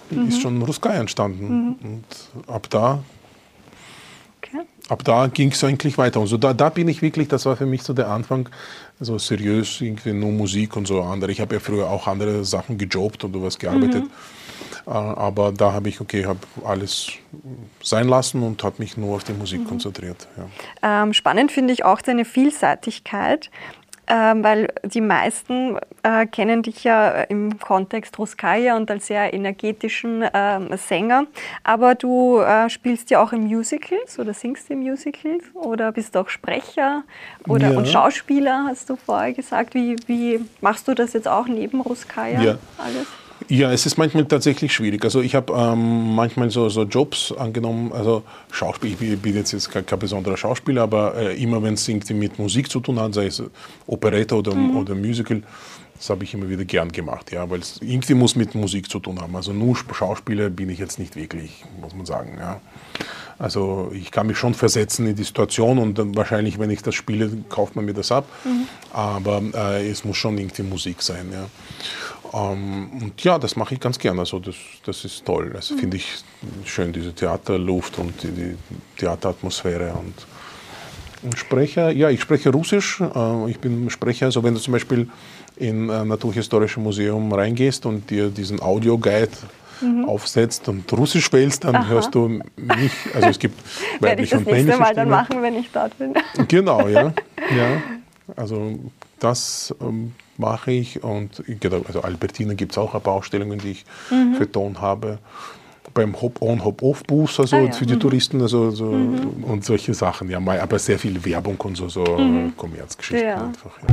mhm. ist schon Russkaya entstanden. Mhm. Und ab da, okay. ab da ging es eigentlich weiter. Und so da, da bin ich wirklich, das war für mich so der Anfang, so seriös, irgendwie nur Musik und so andere. Ich habe ja früher auch andere Sachen gejobbt und sowas gearbeitet. Mhm. Aber da habe ich, okay, habe alles sein lassen und habe mich nur auf die Musik mhm. konzentriert. Ja. Ähm, spannend finde ich auch deine Vielseitigkeit, ähm, weil die meisten äh, kennen dich ja im Kontext Russkaya und als sehr energetischen äh, Sänger. Aber du äh, spielst ja auch in Musicals oder singst in Musicals oder bist auch Sprecher oder, ja. und Schauspieler, hast du vorher gesagt. Wie, wie machst du das jetzt auch neben Russkaya ja. alles? Ja, es ist manchmal tatsächlich schwierig. Also ich habe ähm, manchmal so, so Jobs angenommen, also Schauspiel, ich bin jetzt, jetzt kein, kein besonderer Schauspieler, aber äh, immer wenn es irgendwie mit Musik zu tun hat, sei es Operette oder, mhm. oder Musical, das habe ich immer wieder gern gemacht, ja, weil es irgendwie muss mit Musik zu tun haben. Also nur Schauspieler bin ich jetzt nicht wirklich, muss man sagen, ja. Also ich kann mich schon versetzen in die Situation und dann wahrscheinlich, wenn ich das spiele, kauft man mir das ab. Mhm. Aber äh, es muss schon irgendwie Musik sein, ja. Ähm, und ja, das mache ich ganz gern. Also das, das ist toll. Das mhm. finde ich schön, diese Theaterluft und die, die Theateratmosphäre. Und, und Sprecher, ja, ich spreche Russisch. Äh, ich bin Sprecher. Also wenn du zum Beispiel in ein Naturhistorisches Museum reingehst und dir diesen Audioguide mhm. aufsetzt und Russisch wählst, dann Aha. hörst du mich. Also es gibt weibliche und männliche Stimmen. Werde ich das nächste Mal dann machen, wenn ich dort bin. Genau, ja. ja. Also das ähm, mache ich und also Albertina gibt es auch ein paar Ausstellungen, die ich mhm. für Ton habe. Beim Hop-on, Hop-off-Bus, also ah, ja. für die mhm. Touristen also, so, mhm. und solche Sachen. Ja, aber sehr viel Werbung und so, so mhm. Kommerzgeschichten ja. einfach. Ja.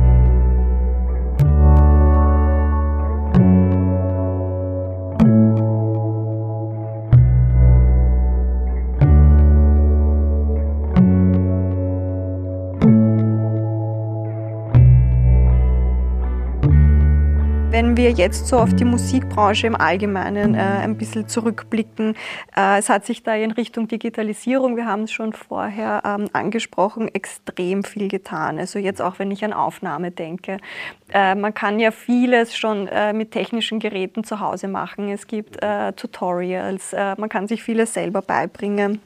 Wenn wir jetzt so auf die Musikbranche im Allgemeinen äh, ein bisschen zurückblicken, äh, es hat sich da in Richtung Digitalisierung, wir haben es schon vorher ähm, angesprochen, extrem viel getan. Also jetzt auch, wenn ich an Aufnahme denke. Äh, man kann ja vieles schon äh, mit technischen Geräten zu Hause machen. Es gibt äh, Tutorials, äh, man kann sich vieles selber beibringen.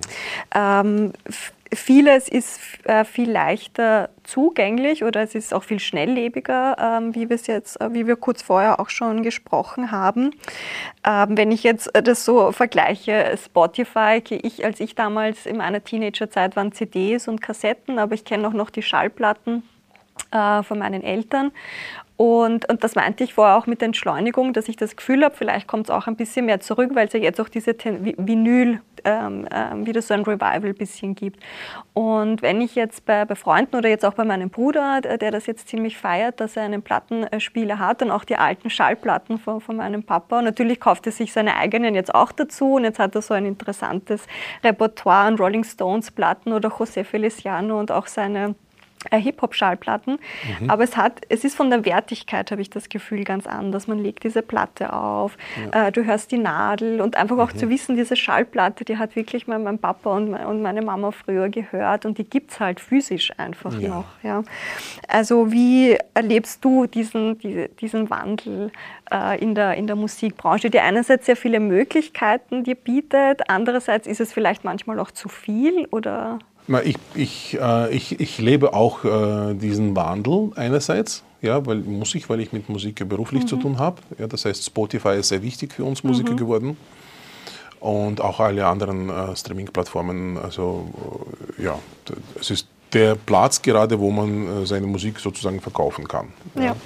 Ähm, Vieles ist äh, viel leichter zugänglich oder es ist auch viel schnelllebiger, ähm, wie wir es jetzt, äh, wie wir kurz vorher auch schon gesprochen haben. Ähm, wenn ich jetzt das so vergleiche, Spotify, ich, als ich damals in meiner Teenagerzeit waren C Ds und Kassetten, aber ich kenne auch noch die Schallplatten äh, von meinen Eltern. Und, und das meinte ich vorher auch mit der Entschleunigung, dass ich das Gefühl habe, vielleicht kommt es auch ein bisschen mehr zurück, weil es ja jetzt auch diese Ten- Vinyl ähm, ähm, wieder so ein Revival ein bisschen gibt. Und wenn ich jetzt bei, bei Freunden oder jetzt auch bei meinem Bruder, der, der das jetzt ziemlich feiert, dass er einen Plattenspieler hat und auch die alten Schallplatten von, von meinem Papa. Und natürlich kauft er sich seine eigenen jetzt auch dazu und jetzt hat er so ein interessantes Repertoire an Rolling Stones Platten oder José Feliciano und auch seine Hip-Hop-Schallplatten, mhm. aber es hat, es ist von der Wertigkeit, habe ich das Gefühl, ganz anders. Man legt diese Platte auf, ja. äh, du hörst die Nadel und einfach auch mhm. zu wissen, diese Schallplatte, die hat wirklich mein, mein Papa und, mein, und meine Mama früher gehört und die gibt es halt physisch einfach ja. noch. Ja. Also wie erlebst du diesen, die, diesen Wandel äh, in, der, in der Musikbranche, die einerseits sehr viele Möglichkeiten dir bietet, andererseits ist es vielleicht manchmal auch zu viel oder... Ich, ich, äh, ich, ich lebe auch äh, diesen Wandel einerseits, ja, weil muss ich, weil ich mit Musik beruflich mhm. zu tun habe. Ja, das heißt, Spotify ist sehr wichtig für uns Musiker mhm. geworden und auch alle anderen äh, Streaming-Plattformen. Also äh, ja, es ist der Platz gerade, wo man äh, seine Musik sozusagen verkaufen kann. Ja. Ja.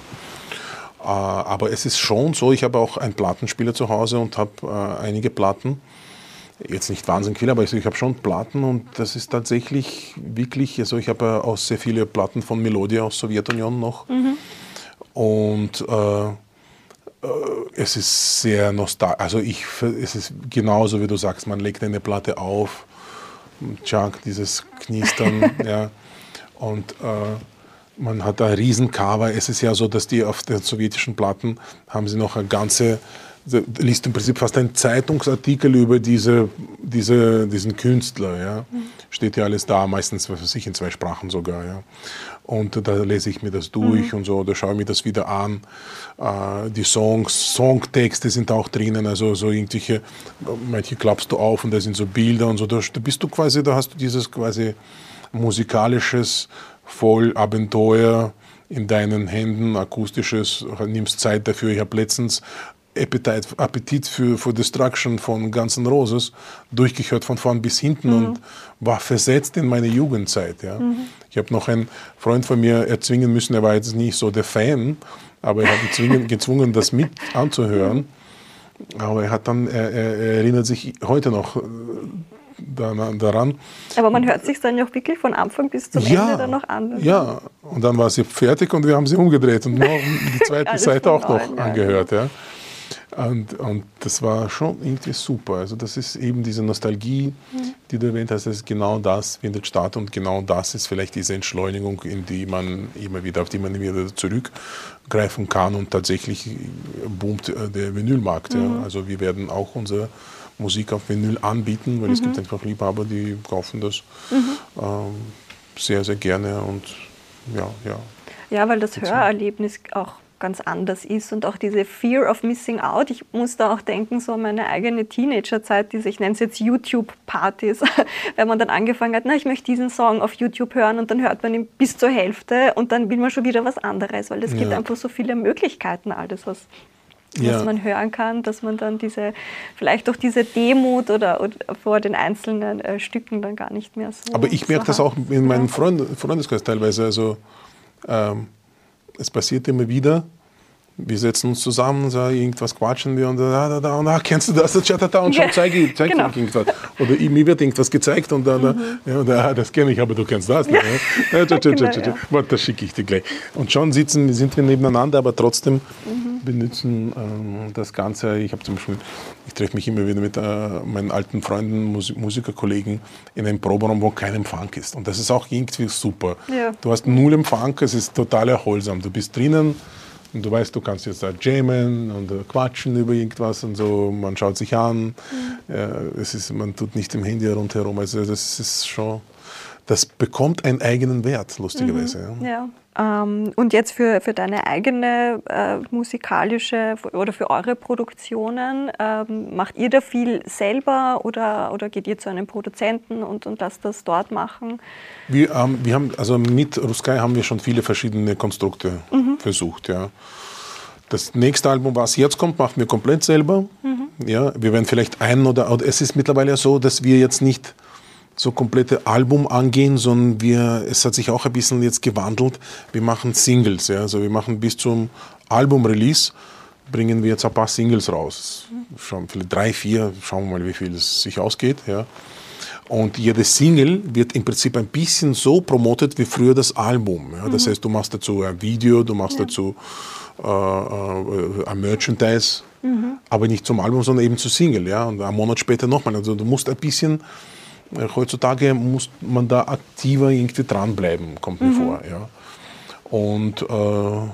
Äh, aber es ist schon so, ich habe auch einen Plattenspieler zu Hause und habe äh, einige Platten. Jetzt nicht wahnsinnig viel, aber ich, ich habe schon Platten und das ist tatsächlich wirklich, also ich habe ja auch sehr viele Platten von Melodia aus Sowjetunion noch mhm. und äh, äh, es ist sehr nostalgisch, also ich, es ist genauso wie du sagst, man legt eine Platte auf, tschak, dieses Knistern, ja, und äh, man hat ein Riesencover. Es ist ja so, dass die auf den sowjetischen Platten haben sie noch eine ganze du liest im Prinzip fast einen Zeitungsartikel über diese, diese, diesen Künstler. Ja. Mhm. Steht ja alles da, meistens, was weiß ich, in zwei Sprachen sogar. Ja. Und da lese ich mir das durch mhm. und so, da schaue ich mir das wieder an. Äh, die Songs, Songtexte sind auch drinnen, also so irgendwelche, manche klappst du auf und da sind so Bilder und so. Da, da bist du quasi, da hast du dieses quasi musikalisches Vollabenteuer in deinen Händen, akustisches, nimmst Zeit dafür. Ich habe letztens Appetite, Appetit für, für Destruction von Guns N' Roses durchgehört von vorn bis hinten mhm. und war versetzt in meine Jugendzeit. Ja. Mhm. Ich habe noch einen Freund von mir erzwingen müssen, er war jetzt nicht so der Fan, aber er hat ihn zwingen, gezwungen, das mit anzuhören. Aber er hat dann, er, er erinnert sich heute noch daran. Aber man hört sich dann ja auch wirklich von Anfang bis zum ja, Ende dann noch an. Ja, und dann war sie fertig und wir haben sie umgedreht und die zweite Seite auch noch ja, angehört. Ja. Und, und das war schon irgendwie super. Also das ist eben diese Nostalgie, mhm. die du erwähnt hast, das ist genau das findet statt und genau das ist vielleicht diese Entschleunigung, in die man immer wieder, auf die man wieder zurückgreifen kann und tatsächlich boomt der Vinylmarkt. Mhm. Ja. Also wir werden auch unsere Musik auf Vinyl anbieten, weil mhm. es gibt einfach Liebhaber, die kaufen das mhm. ähm, sehr, sehr gerne und ja, ja. Ja, weil das Hörerlebnis auch ganz anders ist und auch diese Fear of Missing Out. Ich muss da auch denken, so an meine eigene Teenagerzeit, diese, ich nenne es jetzt YouTube-Partys, wenn man dann angefangen hat, na, ich möchte diesen Song auf YouTube hören und dann hört man ihn bis zur Hälfte und dann will man schon wieder was anderes, weil es ja. gibt einfach so viele Möglichkeiten, alles, was, ja. was man hören kann, dass man dann diese, vielleicht auch diese Demut oder, oder vor den einzelnen äh, Stücken dann gar nicht mehr so. Aber ich merke so das auch in meinem Freund, Freundeskreis teilweise, also ähm, es passiert immer wieder, wir setzen uns zusammen, so, irgendwas quatschen wir und da, da, da, und ah, kennst du das, und schon ja, zeige zeig genau. irgendwas. Oder mir wird irgendwas gezeigt und dann, mhm. ja, und, ah, das kenne ich, aber du kennst das. Ja. Ja, tsch, tsch, tsch, tsch. Ja. Das schicke ich dir gleich. Und schon sitzen, sind wir nebeneinander, aber trotzdem mhm. benutzen ähm, das Ganze. Ich habe zum Beispiel, ich treffe mich immer wieder mit äh, meinen alten Freunden, Musik, Musikerkollegen in einem Proberaum, wo kein Empfang ist. Und das ist auch irgendwie super. Ja. Du hast null Empfang, es ist total erholsam. Du bist drinnen. Und du weißt, du kannst jetzt da jammen und uh, quatschen über irgendwas und so. Man schaut sich an. Mhm. Ja, es ist, man tut nicht im Handy rundherum. Also das ist schon, das bekommt einen eigenen Wert, lustigerweise. Mhm. Ja. Ja. Ähm, und jetzt für, für deine eigene äh, musikalische oder für eure Produktionen, ähm, macht ihr da viel selber oder, oder geht ihr zu einem Produzenten und, und lasst das dort machen? Wir, ähm, wir haben, also mit Ruskay haben wir schon viele verschiedene Konstrukte mhm. versucht. Ja. Das nächste Album, was jetzt kommt, machen wir komplett selber. Mhm. Ja, wir werden vielleicht ein oder, oder es ist mittlerweile so, dass wir jetzt nicht so komplette Album angehen, sondern wir, es hat sich auch ein bisschen jetzt gewandelt. Wir machen Singles, ja, also wir machen bis zum Album-Release bringen wir jetzt ein paar Singles raus. Schauen, vielleicht drei, vier, schauen wir mal, wie viel es sich ausgeht, ja. Und jede Single wird im Prinzip ein bisschen so promotet wie früher das Album. Ja. Das mhm. heißt, du machst dazu ein Video, du machst ja. dazu äh, äh, ein Merchandise, mhm. aber nicht zum Album, sondern eben zur Single. Ja. Und einen Monat später nochmal. Also du musst ein bisschen, äh, heutzutage muss man da aktiver irgendwie dranbleiben, kommt mir mhm. vor. Ja. Und äh,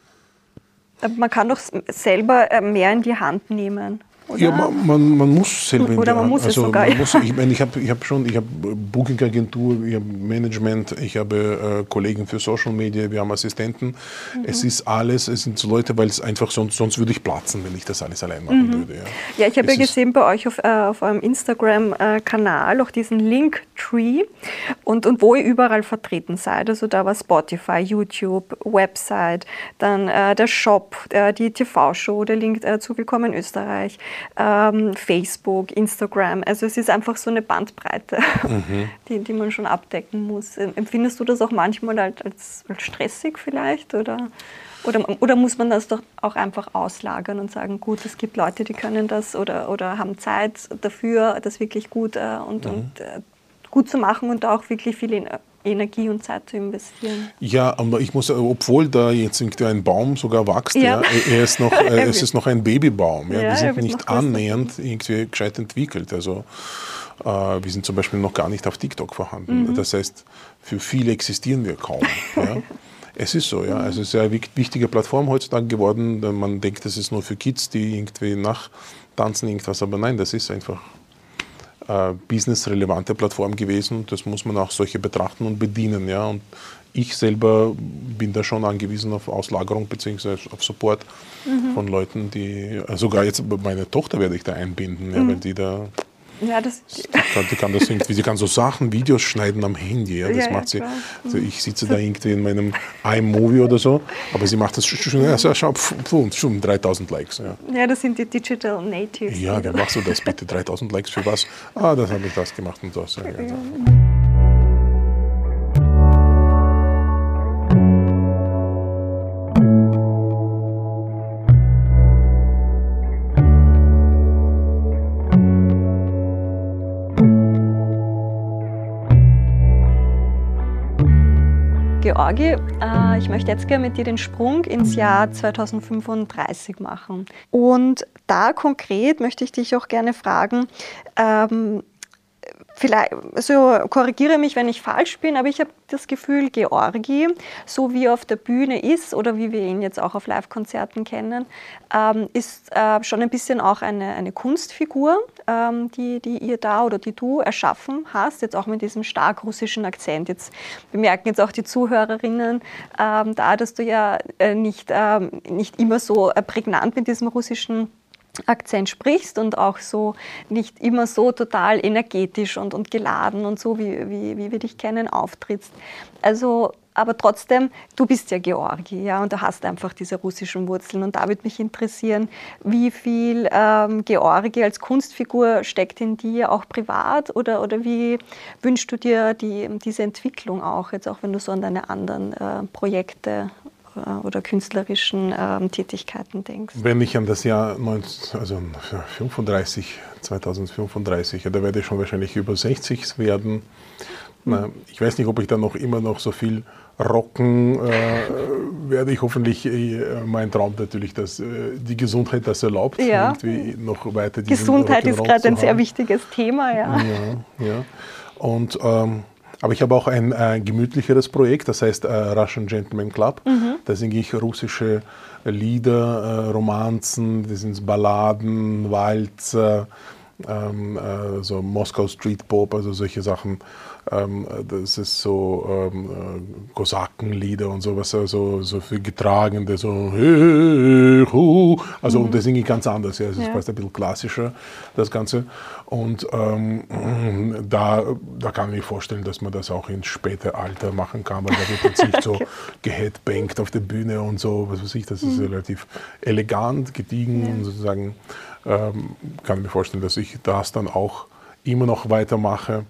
man kann doch selber mehr in die Hand nehmen. Oder? Ja, man, man, man muss selber in Oder man muss also, es sogar. Man muss, ich meine, ich habe ich hab schon, ich habe Booking-Agentur, ich habe Management, ich habe äh, Kollegen für Social Media, wir haben Assistenten. Mhm. Es ist alles, es sind so Leute, weil es einfach sonst, sonst würde ich platzen, wenn ich das alles allein machen mhm. würde. Ja, ja ich habe ja gesehen bei euch auf, äh, auf eurem Instagram-Kanal auch diesen Linktree und, und wo ihr überall vertreten seid. Also da war Spotify, YouTube, Website, dann äh, der Shop, äh, die T V-Show, der Link äh, zu Willkommen in Österreich. Ähm, Facebook, Instagram, also es ist einfach so eine Bandbreite, mhm. die, die man schon abdecken muss. Empfindest du das auch manchmal als, als stressig vielleicht oder, oder, oder muss man das doch auch einfach auslagern und sagen, gut, es gibt Leute, die können das oder, oder haben Zeit dafür, das wirklich gut äh, und, mhm. und äh, gut zu machen und auch wirklich viel in Energie und Zeit zu investieren. Ja, aber ich muss, obwohl da jetzt irgendwie ein Baum sogar wächst, ja. Ja, er ist noch, äh, es ist noch ein Babybaum. Ja, ja, wir sind nicht annähernd irgendwie gescheit entwickelt. Also äh, wir sind zum Beispiel noch gar nicht auf TikTok vorhanden. Mhm. Das heißt, für viele existieren wir kaum. Ja. Es ist so, ja. Also es ist eine wichtige Plattform heutzutage geworden. Man denkt, das ist nur für Kids, die irgendwie nachtanzen, irgendwas. Aber nein, das ist einfach äh, businessrelevante Plattform gewesen. Das muss man auch solche betrachten und bedienen, ja. Und ich selber bin da schon angewiesen auf Auslagerung bzw. auf Support mhm. von Leuten, die, sogar jetzt meine Tochter werde ich da einbinden, mhm. ja, weil die da, ja, das die, kann, die kann das irgendwie, sie kann so Sachen, Videos schneiden am Handy, ja, das ja, macht ja, sie, also ich sitze da irgendwie in meinem iMovie oder so, aber sie macht das schon, ja, schau, schon dreitausend Likes. Ja. ja, das sind die Digital Natives. Ja, wie machst du das bitte, dreitausend Likes für was? Ah, das habe ich das gemacht und das. Ja, ja. Georgi, äh, ich möchte jetzt gerne mit dir den Sprung ins Jahr zweitausendfünfunddreißig machen. Und da konkret möchte ich dich auch gerne fragen, ähm, vielleicht, also korrigiere mich, wenn ich falsch bin, aber ich habe das Gefühl, Georgi, so wie er auf der Bühne ist oder wie wir ihn jetzt auch auf Live-Konzerten kennen, ähm, ist äh, schon ein bisschen auch eine, eine Kunstfigur, ähm, die, die ihr da oder die du erschaffen hast, jetzt auch mit diesem stark russischen Akzent. Jetzt bemerken jetzt auch die Zuhörerinnen, ähm, da dass du ja äh, nicht, ähm, nicht immer so äh, prägnant mit diesem russischen Akzent sprichst und auch so nicht immer so total energetisch und, und geladen und so, wie, wie, wie wir dich kennen, auftrittst. Also, aber trotzdem, du bist ja Georgi, ja, und du hast einfach diese russischen Wurzeln. Und da würde mich interessieren, wie viel ähm, Georgi als Kunstfigur steckt in dir, auch privat, oder, oder wie wünschst du dir die, diese Entwicklung auch, jetzt auch wenn du so an deine anderen äh, Projekte oder künstlerischen ähm, Tätigkeiten denkst? Wenn ich an das Jahr neunzehn, also fünfunddreißig, zweitausendfünfunddreißig, ja, da werde ich schon wahrscheinlich über sechzig werden. Na, ich weiß nicht, ob ich dann noch immer noch so viel rocken äh, werde. Ich hoffentlich, äh, mein Traum natürlich, dass äh, die Gesundheit das erlaubt, ja. irgendwie noch weiter diesen Gesundheit ist gerade ein sehr wichtiges Thema, ja. Ja, ja. Und ähm, aber ich habe auch ein äh, gemütlicheres Projekt, das heißt äh, Russian Gentleman Club. Mhm. Da singe ich russische Lieder, äh, Romanzen, das sind Balladen, Walzer, ähm, äh, so Moskau Street Pop, also solche Sachen. Ähm, das ist so ähm, äh, Kosakenlieder und sowas, also so für Getragene, so hey, hu. Also mhm. und das singe ich ganz anders, ja. Es ist ja. fast ein bisschen klassischer, das Ganze. Und ähm, da, da kann ich mir vorstellen, dass man das auch ins späte Alter machen kann, weil da wird jetzt nicht so geheadbankt auf der Bühne und so, was weiß ich, das ist mhm. relativ elegant, gediegen ja. und sozusagen ähm, kann ich mir vorstellen, dass ich das dann auch immer noch weitermache.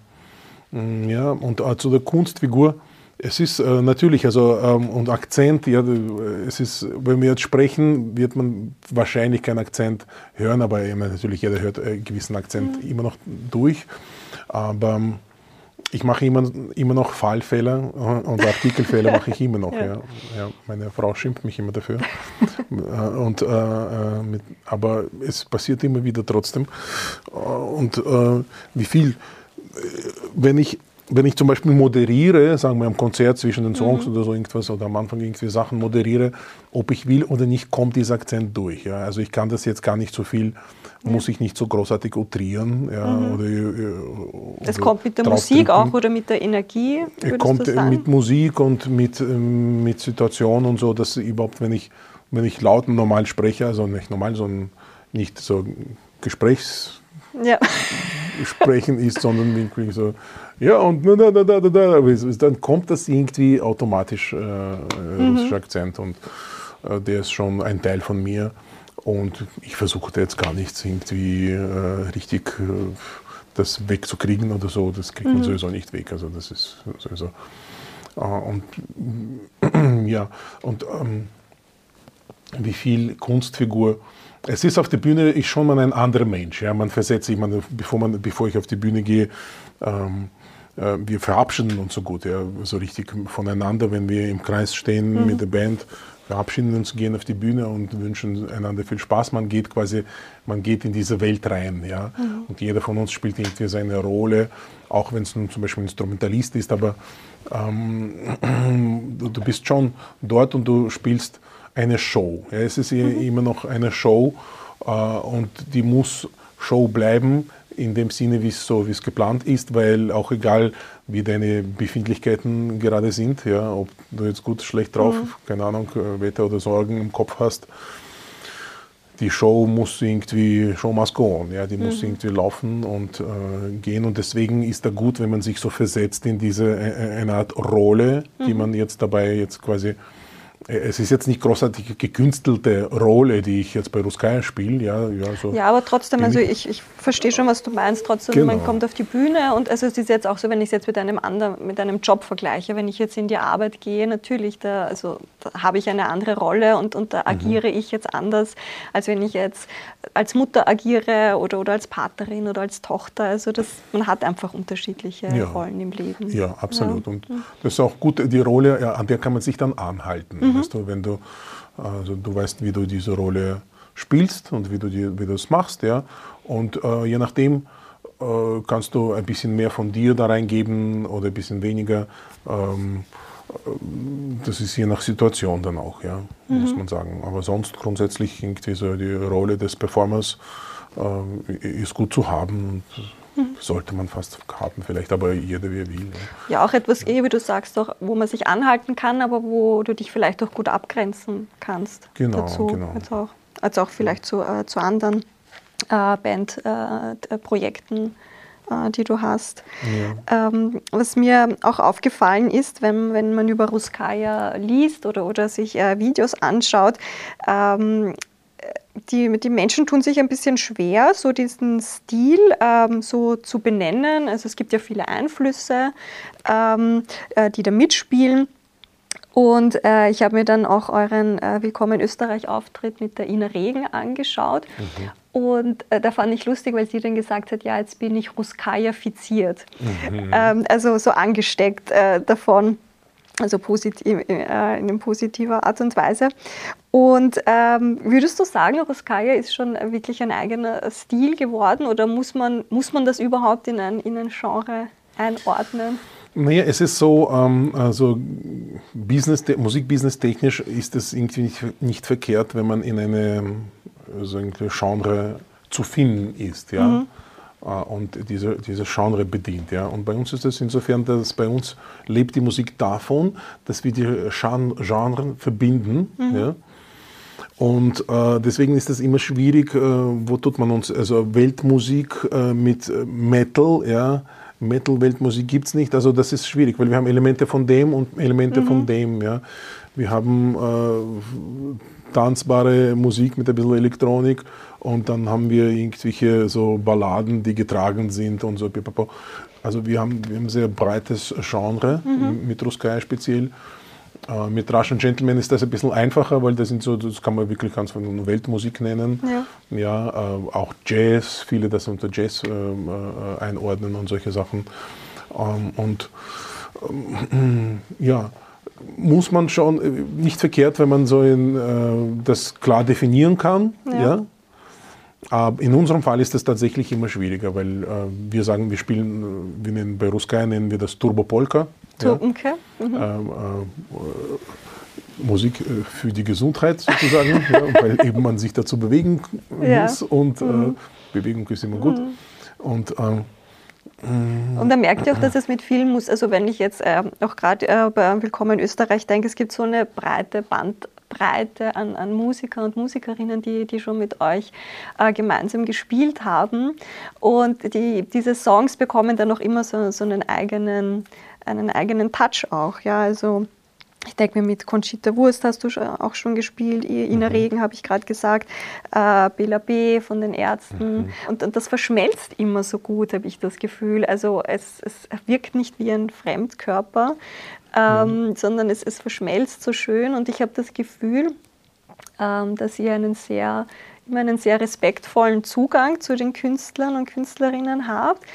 Ja, und äh, zu der Kunstfigur, es ist äh, natürlich, also ähm, und Akzent, ja, es ist, wenn wir jetzt sprechen, wird man wahrscheinlich keinen Akzent hören, aber ich meine, natürlich jeder hört einen gewissen Akzent mhm. immer noch durch, aber ähm, ich mache immer, immer noch Fallfehler und Artikelfehler mache ich immer noch. ja. Ja. Ja, meine Frau schimpft mich immer dafür, und, äh, mit, aber es passiert immer wieder trotzdem. Und äh, wie viel Wenn ich, wenn ich zum Beispiel moderiere, sagen wir am Konzert zwischen den Songs mhm. oder so irgendwas oder am Anfang irgendwie Sachen moderiere, ob ich will oder nicht, kommt dieser Akzent durch. Ja? Also ich kann das jetzt gar nicht so viel, ja. muss ich nicht so großartig outrieren. Ja? Mhm. Oder, oder das kommt mit der Musik auch oder mit der Energie? Es kommt mit Musik und mit, mit Situation und so, dass überhaupt, wenn ich, wenn ich laut und normal spreche, also nicht normal, sondern nicht so Gesprächs... Ja. Sprechen ist, sondern irgendwie so, ja, und da, da, da, da, da, dann kommt das irgendwie automatisch, äh, mhm. russischer Akzent, und äh, der ist schon ein Teil von mir, und ich versuche da jetzt gar nichts irgendwie äh, richtig äh, das wegzukriegen oder so, das kriegt man mhm. sowieso nicht weg, also das ist sowieso, äh, und ja, und ähm, wie viel Kunstfigur. Es ist auf der Bühne, ist schon mal ein anderer Mensch. Ja? Man versetzt sich, man, bevor, man, bevor ich auf die Bühne gehe, ähm, äh, wir verabschieden uns so gut, ja? So richtig voneinander, wenn wir im Kreis stehen mhm. mit der Band, verabschieden uns, gehen auf die Bühne und wünschen einander viel Spaß. Man geht quasi, man geht in diese Welt rein, ja. Mhm. Und jeder von uns spielt irgendwie seine Rolle, auch wenn es nun zum Beispiel Instrumentalist ist, aber ähm, du, du bist schon dort und du spielst eine Show. Ja, es ist mhm. immer noch eine Show äh, und die muss Show bleiben, in dem Sinne, wie es so, wie es geplant ist, weil auch egal, wie deine Befindlichkeiten gerade sind, ja, ob du jetzt gut, schlecht drauf, mhm. keine Ahnung, Wetter oder Sorgen im Kopf hast, die Show muss irgendwie, Show must go on, ja, die mhm. muss irgendwie laufen und äh, gehen und deswegen ist da gut, wenn man sich so versetzt in diese, äh, eine Art Rolle, mhm. die man jetzt dabei jetzt quasi, es ist jetzt nicht großartig gekünstelte Rolle, die ich jetzt bei Ruskaya spiele. Ja, ja, so ja, aber trotzdem, also ich, ich verstehe schon, was du meinst. Trotzdem, genau. Man kommt auf die Bühne und also es ist jetzt auch so, wenn ich es jetzt mit einem anderen, mit einem Job vergleiche, wenn ich jetzt in die Arbeit gehe, natürlich, da, also, da habe ich eine andere Rolle und, und da agiere mhm. ich jetzt anders, als wenn ich jetzt als Mutter agiere oder, oder als Partnerin oder als Tochter. Also das, man hat einfach unterschiedliche ja. Rollen im Leben. Ja, absolut. Ja. Und das ist auch gut, die Rolle, ja, an der kann man sich dann anhalten. Mhm. Weißt du, wenn du, also du weißt, wie du diese Rolle spielst und wie du die, wie du es machst, ja. Und äh, je nachdem äh, kannst du ein bisschen mehr von dir da reingeben oder ein bisschen weniger. Ähm, das ist je nach Situation dann auch, ja, mhm. muss man sagen. Aber sonst grundsätzlich irgendwie so die Rolle des Performers äh, ist gut zu haben. Und sollte man fast haben, vielleicht, aber jeder wie er will. Ja, ja auch etwas, ja. wie du sagst, auch, wo man sich anhalten kann, aber wo du dich vielleicht auch gut abgrenzen kannst. Genau, dazu. genau. Also auch, also auch vielleicht zu, äh, zu anderen äh, Bandprojekten, äh, äh, die du hast. Ja. Ähm, was mir auch aufgefallen ist, wenn, wenn man über Ruskaya liest oder, oder sich äh, Videos anschaut, ähm, Die, die Menschen tun sich ein bisschen schwer, so diesen Stil ähm, so zu benennen. Also es gibt ja viele Einflüsse, ähm, äh, die da mitspielen. Und äh, ich habe mir dann auch euren äh, Willkommen in Österreich-Auftritt mit der Ina Regen angeschaut. Mhm. Und äh, da fand ich lustig, weil sie dann gesagt hat, ja, jetzt bin ich Ruskaya-fiziert. Mhm. Ähm, also so angesteckt äh, davon. Also positiv, äh, in positiver Art und Weise. Und ähm, würdest du sagen, Ruskaya ist schon wirklich ein eigener Stil geworden oder muss man, muss man das überhaupt in ein, in ein Genre einordnen? Naja, es ist so, ähm, also Business, Musikbusiness technisch ist es irgendwie nicht, nicht verkehrt, wenn man in einem also Genre zu finden ist, ja. Mhm. Und diese, diese Genre bedient. Ja. Und bei uns ist es insofern, dass bei uns lebt die Musik davon, dass wir die Genres verbinden. Mhm. Ja. Und äh, deswegen ist es immer schwierig, äh, wo tut man uns, also Weltmusik äh, mit Metal, ja. Metal-Weltmusik gibt es nicht, also das ist schwierig, weil wir haben Elemente von dem und Elemente mhm. von dem. Ja. Wir haben äh, tanzbare Musik mit ein bisschen Elektronik und dann haben wir irgendwelche so Balladen, die getragen sind und so. Also wir haben, wir haben ein sehr breites Genre mhm. mit Ruskaya speziell. Äh, mit Russian Gentleman ist das ein bisschen einfacher, weil das sind so, das kann man wirklich ganz von Weltmusik nennen. Ja, ja äh, auch Jazz, viele das unter Jazz äh, äh, einordnen und solche Sachen. Ähm, und ähm, ja, muss man schon, nicht verkehrt, wenn man so in, äh, das klar definieren kann. Ja. Ja. Aber in unserem Fall ist das tatsächlich immer schwieriger, weil äh, wir sagen, wir spielen, wir nennen, bei Ruskaya nennen wir das Turbo Polka. Ja. Okay. Mhm. Äh, äh, Musik für die Gesundheit sozusagen, ja, weil eben man sich dazu bewegen ja. muss und mhm. äh, Bewegung ist immer gut. Mhm. Und, äh, Und da merkt ihr auch, dass es mit vielen muss, also wenn ich jetzt äh, auch gerade äh, bei Willkommen in Österreich denke, es gibt so eine breite Bandbreite an, an Musiker und Musikerinnen, die, die schon mit euch äh, gemeinsam gespielt haben. Und die, diese Songs bekommen dann auch immer so, so einen eigenen, einen eigenen Touch auch. Ja, also ich denke mir, mit Conchita Wurst hast du auch schon gespielt, Ina mhm. Regen habe ich gerade gesagt, äh, Bela B. von den Ärzten. Mhm. Und, und das verschmelzt immer so gut, habe ich das Gefühl. Also es, es wirkt nicht wie ein Fremdkörper, ähm, mhm. sondern es, es verschmelzt so schön. Und ich habe das Gefühl, ähm, dass ihr einen sehr, immer einen sehr respektvollen Zugang zu den Künstlern und Künstlerinnen habt.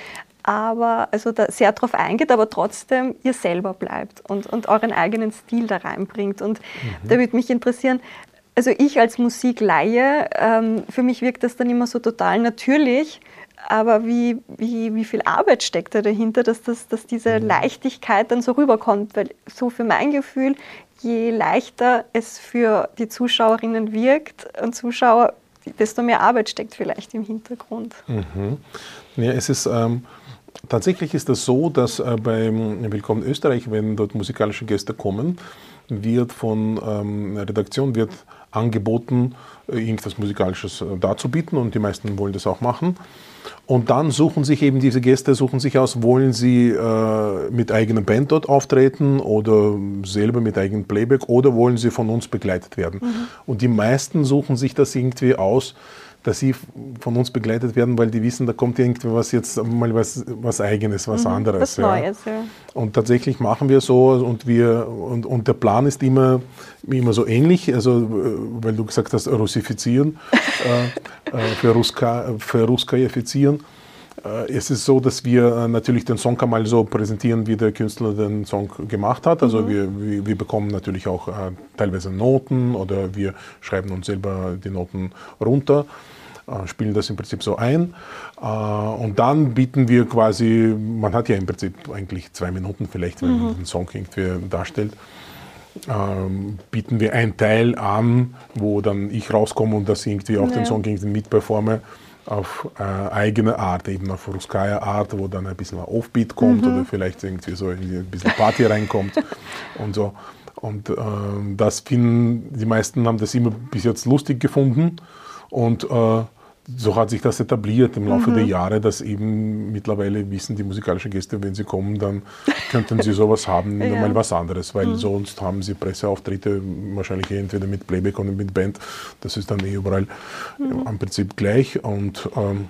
aber also da sehr drauf eingeht, aber trotzdem ihr selber bleibt und, und euren eigenen Stil da reinbringt. Und mhm. da würde mich interessieren, also ich als Musikleihe, ähm, für mich wirkt das dann immer so total natürlich, aber wie, wie, wie viel Arbeit steckt da dahinter, dass, das, dass diese Leichtigkeit dann so rüberkommt? Weil so für mein Gefühl, je leichter es für die Zuschauerinnen wirkt und Zuschauer, desto mehr Arbeit steckt vielleicht im Hintergrund. Mhm. Ja, es ist, ähm, tatsächlich ist das so, dass äh, beim Willkommen Österreich, wenn dort musikalische Gäste kommen, wird von ähm, der Redaktion wird angeboten, irgendwas Musikalisches darzubieten und die meisten wollen das auch machen. Und dann suchen sich eben diese Gäste suchen sich aus, wollen sie äh, mit eigener Band dort auftreten oder selber mit eigenem Playback oder wollen sie von uns begleitet werden. Mhm. Und die meisten suchen sich das irgendwie aus, dass sie von uns begleitet werden, weil die wissen, da kommt irgendwie was jetzt mal was, was Eigenes, was mhm, anderes. Was ja. Neues, ja. Und tatsächlich machen wir so und wir und, und der Plan ist immer, immer so ähnlich, also weil du gesagt hast, russifizieren, äh, für Ruska, für Ruskaifizieren. Es ist so, dass wir natürlich den Song einmal so präsentieren, wie der Künstler den Song gemacht hat. Also mhm. wir, wir, wir bekommen natürlich auch äh, teilweise Noten oder wir schreiben uns selber die Noten runter, äh, spielen das im Prinzip so ein. Äh, und dann bieten wir quasi, man hat ja im Prinzip eigentlich zwei Minuten vielleicht, wenn mhm. man den Song irgendwie darstellt, ähm, bieten wir einen Teil an, wo dann ich rauskomme und das irgendwie auch ja. den Song irgendwie mitperforme. Auf äh, eigene Art, eben auf Ruskaya Art, wo dann ein bisschen Offbeat kommt mhm. oder vielleicht irgendwie so ein bisschen Party reinkommt und so. Und äh, das finden, die meisten haben das immer bis jetzt lustig gefunden und äh, so hat sich das etabliert im Laufe mhm. der Jahre, dass eben mittlerweile wissen die musikalischen Gäste, wenn sie kommen, dann könnten sie sowas haben, ja. mal was anderes, weil mhm. sonst haben sie Presseauftritte wahrscheinlich entweder mit Playback oder mit Band, das ist dann eh überall mhm. im Prinzip gleich und ähm,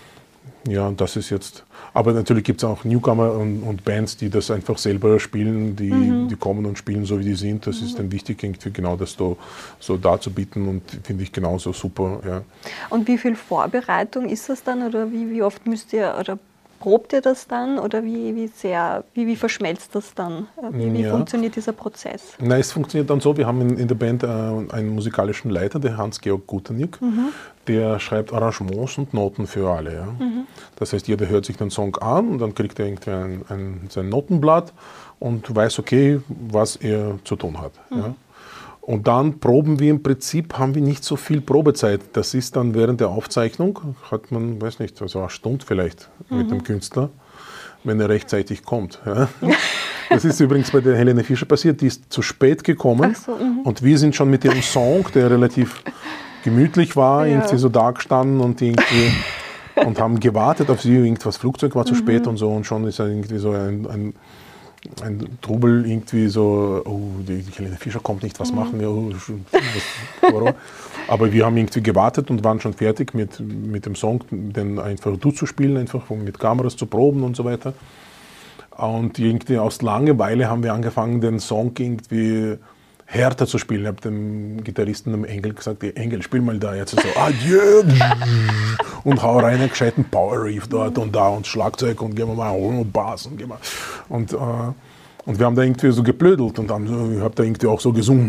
ja, das ist jetzt, aber natürlich gibt es auch Newcomer und, und Bands, die das einfach selber spielen, die, mhm. die kommen und spielen so wie die sind. Das mhm. ist dann wichtig, irgendwie genau das so, so darzubieten und finde ich genauso super. Ja. Und wie viel Vorbereitung ist das dann oder wie, wie oft müsst ihr oder probt ihr das dann oder wie, wie sehr, wie, wie verschmelzt das dann? Wie, wie ja. funktioniert dieser Prozess? Na, es funktioniert dann so, wir haben in, in der Band äh, einen musikalischen Leiter, der Hans-Georg Guternick, mhm. der schreibt Arrangements und Noten für alle. Ja. Mhm. Das heißt, jeder hört sich den Song an und dann kriegt er irgendwie ein, ein, sein Notenblatt und weiß, okay, was er zu tun hat. Mhm. Ja. Und dann proben wir im Prinzip, haben wir nicht so viel Probezeit. Das ist dann während der Aufzeichnung, hat man, weiß nicht, also eine Stunde vielleicht mhm. mit dem Künstler, wenn er rechtzeitig kommt. Ja. Das ist übrigens bei der Helene Fischer passiert, die ist zu spät gekommen so, und wir sind schon mit ihrem Song, der relativ gemütlich war, ja. irgendwie so da gestanden und irgendwie und haben gewartet auf sie, irgendwas Flugzeug war zu mhm. spät und so und schon ist irgendwie so ein, ein ein Trubel irgendwie so, oh, die, die Helene Fischer kommt nicht, was mhm. machen wir? Oh, das, aber wir haben irgendwie gewartet und waren schon fertig mit, mit dem Song, den einfach durchzuspielen, einfach mit Kameras zu proben und so weiter. Und irgendwie aus Langeweile haben wir angefangen, den Song irgendwie härter zu spielen. Ich habe dem Gitarristen, dem Engel, gesagt, Engel, spiel mal da jetzt so, adieu, und hau rein einen gescheiten Power Riff dort und da und Schlagzeug und gehen wir mal und Bass und gehen wir. Und, äh, und wir haben da irgendwie so geblödelt und dann, ich habe da irgendwie auch so gesungen.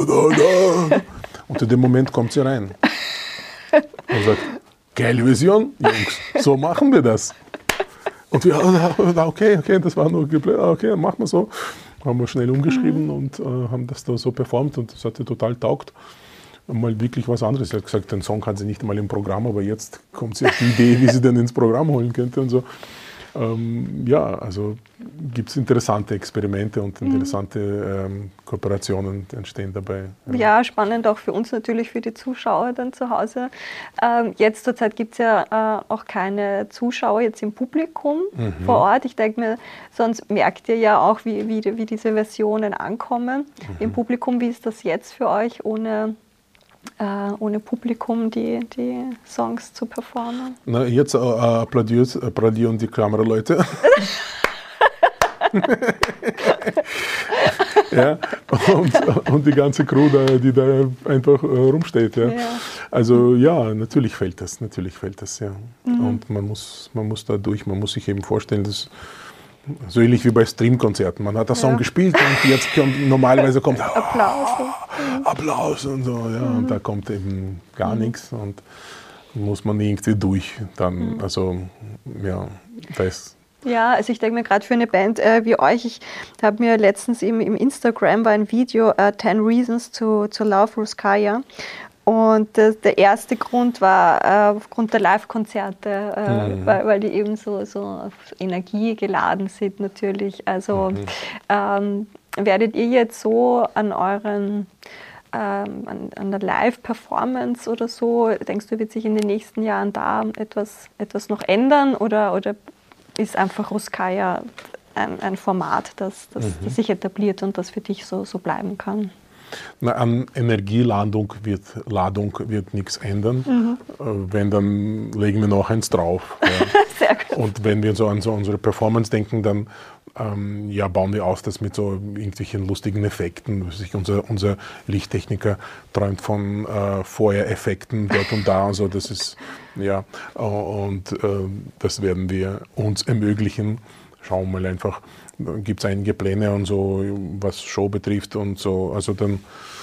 Und in dem Moment kommt sie rein und sagt, geile Vision, Jungs, so machen wir das. Und wir, okay, okay, das war nur geblödelt, okay, machen wir so. Haben wir schnell umgeschrieben mhm. und äh, haben das da so performt und das hat ihr total taugt. Mal wirklich was anderes. Sie hat gesagt, den Song hat sie nicht einmal im Programm, aber jetzt kommt sie auf die Idee, wie sie den ins Programm holen könnte und so. Ähm, ja, also gibt es interessante Experimente und interessante ähm, Kooperationen entstehen dabei. Ja. ja, spannend auch für uns natürlich, für die Zuschauer dann zu Hause. Ähm, jetzt zurzeit gibt es ja äh, auch keine Zuschauer jetzt im Publikum mhm. vor Ort. Ich denke mir, sonst merkt ihr ja auch, wie, wie, wie diese Versionen ankommen mhm. im Publikum. Wie ist das jetzt für euch ohne... Äh, ohne Publikum die, die Songs zu performen? Na, jetzt äh, applaudiert, applaudieren die Kameraleute. Ja, und, und die ganze Crew, da, die da einfach äh, rumsteht. Ja. Ja. Also ja, natürlich fällt das, natürlich fällt das, ja. Mhm. Und man muss, man muss da durch, man muss sich eben vorstellen, dass so ähnlich wie bei Streamkonzerten. Man hat das Song ja. gespielt und jetzt kommt, normalerweise kommt Applaus. Oh, Applaus und so, ja. Mhm. Und da kommt eben gar mhm. nichts und muss man irgendwie durch dann, mhm. also ja, da ist. Ja, also ich denke mir gerade für eine Band äh, wie euch, ich habe mir letztens im, im Instagram war ein Video, uh, ten Reasons to, to Love Ruskaya. Und äh, der erste Grund war äh, aufgrund der Live-Konzerte, äh, mhm. weil, weil die eben so, so auf Energie geladen sind natürlich. Also mhm. ähm, werdet ihr jetzt so an euren, ähm, an, an der Live-Performance oder so, denkst du, wird sich in den nächsten Jahren da etwas, etwas noch ändern oder, oder ist einfach Ruskaya ein, ein Format, das, das, mhm. das sich etabliert und das für dich so, so bleiben kann? Na, an Energieladung wird, Ladung wird nichts ändern. Mhm. Äh, wenn, dann legen wir noch eins drauf. Ja. Sehr gut. Und wenn wir so an so unsere Performance denken, dann ähm, ja, bauen wir aus das mit so irgendwelchen lustigen Effekten. Unser, unser Lichttechniker träumt von äh, Feuereffekten dort und da. Also das ist, ja, und äh, das werden wir uns ermöglichen. Schauen wir mal einfach. Gibt es einige Pläne und so, was Show betrifft und so. Also dann,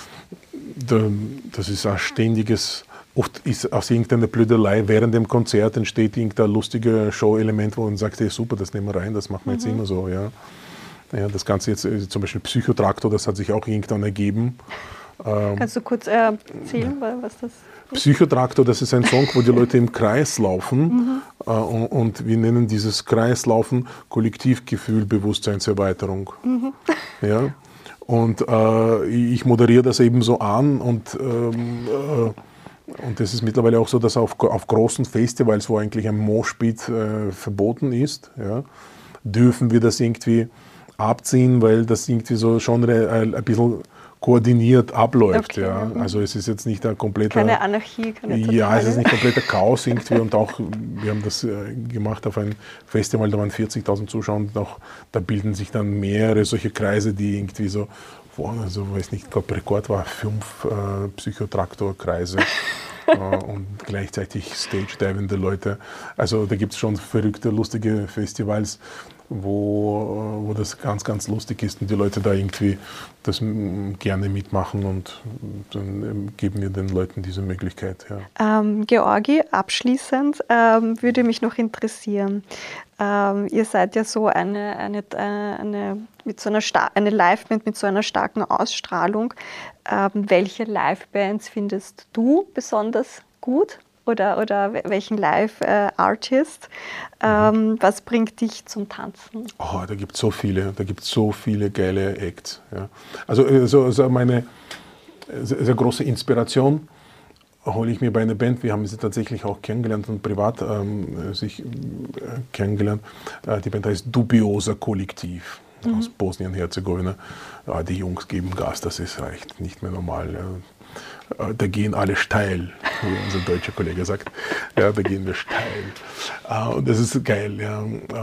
dann das ist ein ständiges, oft ist aus irgendeiner Blödelei während dem Konzert entsteht irgendein lustiges Show-Element, wo man sagt, hey, super, das nehmen wir rein, das machen wir mhm. jetzt immer so. Ja. Ja, das Ganze jetzt, zum Beispiel Psychotraktor, das hat sich auch irgendwann ergeben. Kannst du kurz äh, erzählen, ja. was das ist? Psychotraktor, das ist ein Song, wo die Leute im Kreis laufen mhm. äh, und, und wir nennen dieses Kreislaufen Kollektivgefühl, Bewusstseinserweiterung. Mhm. Ja? Und äh, ich moderiere das eben so an und, ähm, äh, und das ist mittlerweile auch so, dass auf, auf großen Festivals, wo eigentlich ein Moshpit äh, verboten ist, ja, dürfen wir das irgendwie abziehen, weil das irgendwie so schon ein, ein bisschen koordiniert abläuft. Okay. Ja. Also es ist jetzt nicht ein kompletter... Keine Anarchie. Keine ja, es ist nicht kompletter Chaos irgendwie und auch, wir haben das äh, gemacht auf ein Festival, da waren vierzigtausend Zuschauer und auch, da bilden sich dann mehrere solche Kreise, die irgendwie so, also weiß nicht, ich glaube Rekord war fünf äh, Psychotraktor-Kreise. Und gleichzeitig stage-divende Leute. Also da gibt es schon verrückte, lustige Festivals, wo, wo das ganz, ganz lustig ist und die Leute da irgendwie das gerne mitmachen und dann geben wir den Leuten diese Möglichkeit. Ja. Ähm, Georgi, abschließend ähm, würde mich noch interessieren, ähm, ihr seid ja so eine, eine, eine, mit so einer Star- eine Liveband mit so einer starken Ausstrahlung. Ähm, welche Livebands findest du besonders gut? Oder, oder welchen Live-Artist? Ähm, mhm. Was bringt dich zum Tanzen? Oh, da gibt es so viele, da gibt es so viele geile Acts. Ja. Also, also, also meine sehr, sehr große Inspiration hole ich mir bei einer Band. Wir haben sie tatsächlich auch kennengelernt und privat ähm, sich äh, kennengelernt. Äh, die Band heißt Dubiosa Kollektiv mhm. aus Bosnien-Herzegowina. Ja, die Jungs geben Gas, das ist reicht nicht mehr normal. Ja. Da gehen alle steil, wie unser deutscher Kollege sagt. Ja, da gehen wir steil. Und das ist geil. Ja.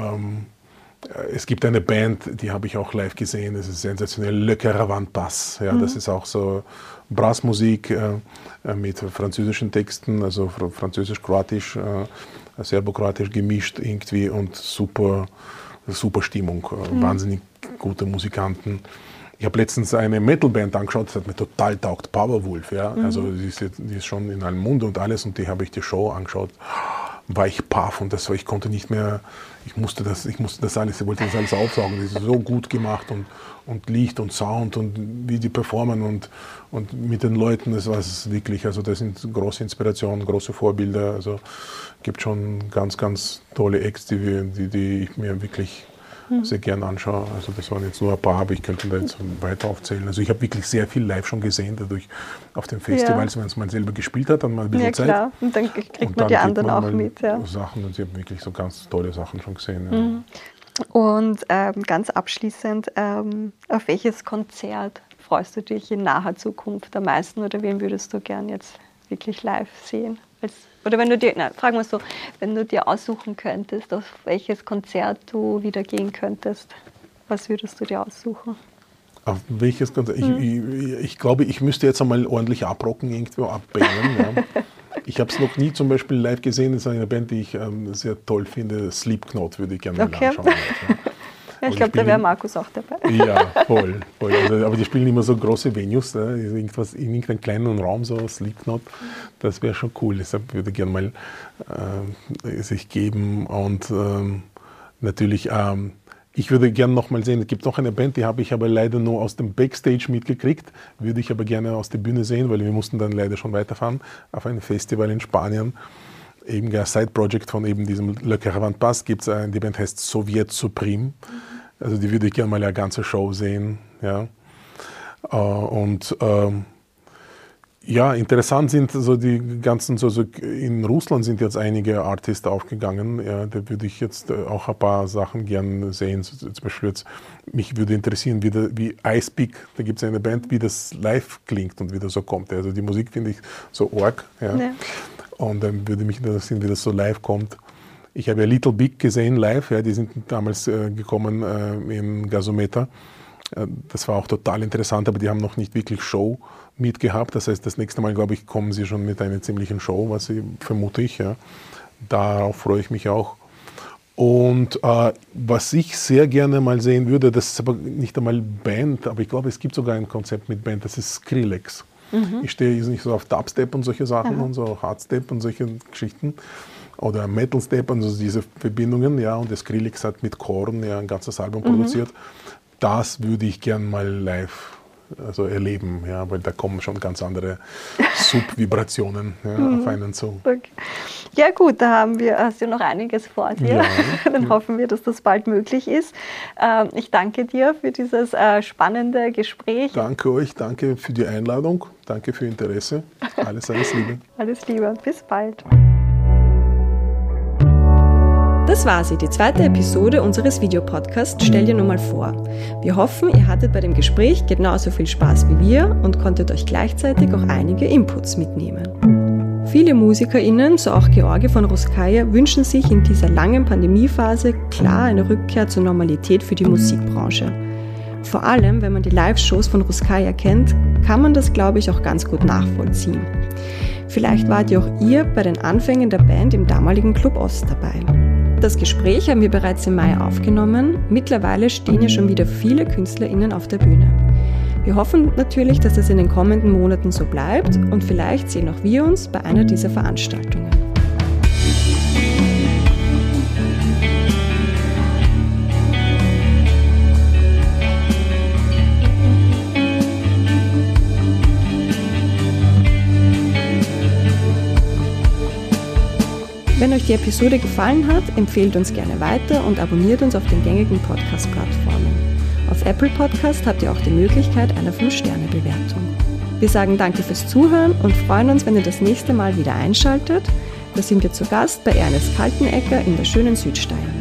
Es gibt eine Band, die habe ich auch live gesehen. Das ist sensationell, Le Caravan Bass. Ja, mhm. Das ist auch so Brassmusik mit französischen Texten, also französisch-kroatisch, serbo-kroatisch gemischt irgendwie und super, super Stimmung. Mhm. Wahnsinnig gute Musikanten. Ich habe letztens eine Metalband angeschaut, das hat mir total taugt, Powerwolf, ja. Mhm. Also die ist, jetzt, die ist schon in allem Munde und alles und die habe ich die Show angeschaut, war ich paff und das war, ich konnte nicht mehr, ich musste das, ich musste das alles, ich wollte das alles aufsaugen, das ist so gut gemacht und, und Licht und Sound und wie die performen und, und mit den Leuten, das war es wirklich, also das sind große Inspirationen, große Vorbilder, also gibt schon ganz, ganz tolle Acts, die, wir, die, die ich mir wirklich sehr gern anschaue. Also das waren jetzt nur ein paar, aber ich könnte da jetzt weiter aufzählen. Also ich habe wirklich sehr viel live schon gesehen, dadurch auf den Festivals, ja. wenn es man selber gespielt hat, dann mal ein bisschen ja, Zeit. Klar. Und dann kriegt und man dann die anderen man auch mit. Ja. Sachen und ich habe wirklich so ganz tolle Sachen schon gesehen. Ja. Mhm. Und ähm, ganz abschließend, ähm, auf welches Konzert freust du dich in naher Zukunft am meisten oder wen würdest du gern jetzt wirklich live sehen? Als Oder wenn du dir, na, fragen wir so, wenn du dir aussuchen könntest, auf welches Konzert du wieder gehen könntest, was würdest du dir aussuchen? Auf welches Konzert? Hm. Ich, ich, ich glaube, ich müsste jetzt einmal ordentlich abrocken, irgendwo abbären. Ja. Ich habe es noch nie zum Beispiel live gesehen. Das ist eine Band, die ich ähm, sehr toll finde. Slipknot würde ich gerne mal okay. anschauen. Ja. Ja, ich glaube, da wäre Markus auch dabei. Ja, voll. voll. Also, aber die spielen immer so große Venues, ne? Irgendwas in irgendeinem kleinen Raum, so Slipknot. Das wäre schon cool. Deshalb würde ich gerne mal äh, sich geben. Und ähm, natürlich, ähm, ich würde gerne noch mal sehen, es gibt noch eine Band, die habe ich aber leider nur aus dem Backstage mitgekriegt. Würde ich aber gerne aus der Bühne sehen, weil wir mussten dann leider schon weiterfahren auf ein Festival in Spanien. Eben ein Side-Project von eben diesem Le Caravan Pass gibt es, die Band heißt Soviet Supreme. Also die würde ich gerne mal eine ganze Show sehen. Ja. Und ähm, ja, interessant sind so die ganzen, so, so in Russland sind jetzt einige Artists aufgegangen. Ja, da würde ich jetzt auch ein paar Sachen gerne sehen. So, zum Beispiel jetzt, mich würde interessieren, wie, der, wie Ice Peak, da gibt es eine Band, wie das live klingt und wie das so kommt. Also die Musik finde ich so arg. Ja. Ja. Und dann würde mich interessieren, wie das so live kommt. Ich habe ja Little Big gesehen live, ja, die sind damals äh, gekommen äh, im Gasometer. Äh, das war auch total interessant, aber die haben noch nicht wirklich Show mitgehabt. Das heißt, das nächste Mal, glaube ich, kommen sie schon mit einer ziemlichen Show, was sie, vermute ich. Ja. Darauf freue ich mich auch. Und äh, was ich sehr gerne mal sehen würde, das ist aber nicht einmal Band, aber ich glaube, es gibt sogar ein Konzept mit Band, das ist Skrillex. Mhm. Ich stehe nicht so auf Dubstep und solche Sachen mhm. und so Hardstep und solche Geschichten. Oder Metal Step und so diese Verbindungen, ja, und das Skrillex hat mit Korn ja ein ganzes Album mhm. produziert. Das würde ich gern mal live also erleben, ja, weil da kommen schon ganz andere Subvibrationen ja, mhm. auf einen zu. Okay. Ja gut, da haben wir, hast du noch einiges vor dir. Ja. Dann hoffen wir, dass das bald möglich ist. Ähm, ich danke dir für dieses äh, spannende Gespräch. Danke euch, danke für die Einladung, danke für Interesse. Alles, alles Liebe. Alles Liebe, bis bald. Das war sie, die zweite Episode unseres Videopodcasts Stell dir nur mal vor. Wir hoffen, ihr hattet bei dem Gespräch genauso viel Spaß wie wir und konntet euch gleichzeitig auch einige Inputs mitnehmen. Viele MusikerInnen, so auch Georgi von Ruskaya, wünschen sich in dieser langen Pandemiephase klar eine Rückkehr zur Normalität für die Musikbranche. Vor allem, wenn man die Live-Shows von Ruskaya kennt, kann man das, glaube ich, auch ganz gut nachvollziehen. Vielleicht wart ihr auch ihr bei den Anfängen der Band im damaligen Club Ost dabei. Das Gespräch haben wir bereits im Mai aufgenommen. Mittlerweile stehen ja schon wieder viele KünstlerInnen auf der Bühne. Wir hoffen natürlich, dass es in den kommenden Monaten so bleibt und vielleicht sehen auch wir uns bei einer dieser Veranstaltungen. Wenn euch die Episode gefallen hat, empfehlt uns gerne weiter und abonniert uns auf den gängigen Podcast-Plattformen. Auf Apple Podcast habt ihr auch die Möglichkeit einer fünf Sterne Bewertung. Wir sagen danke fürs Zuhören und freuen uns, wenn ihr das nächste Mal wieder einschaltet. Da sind wir zu Gast bei Ernest Kaltenecker in der schönen Südsteiermark.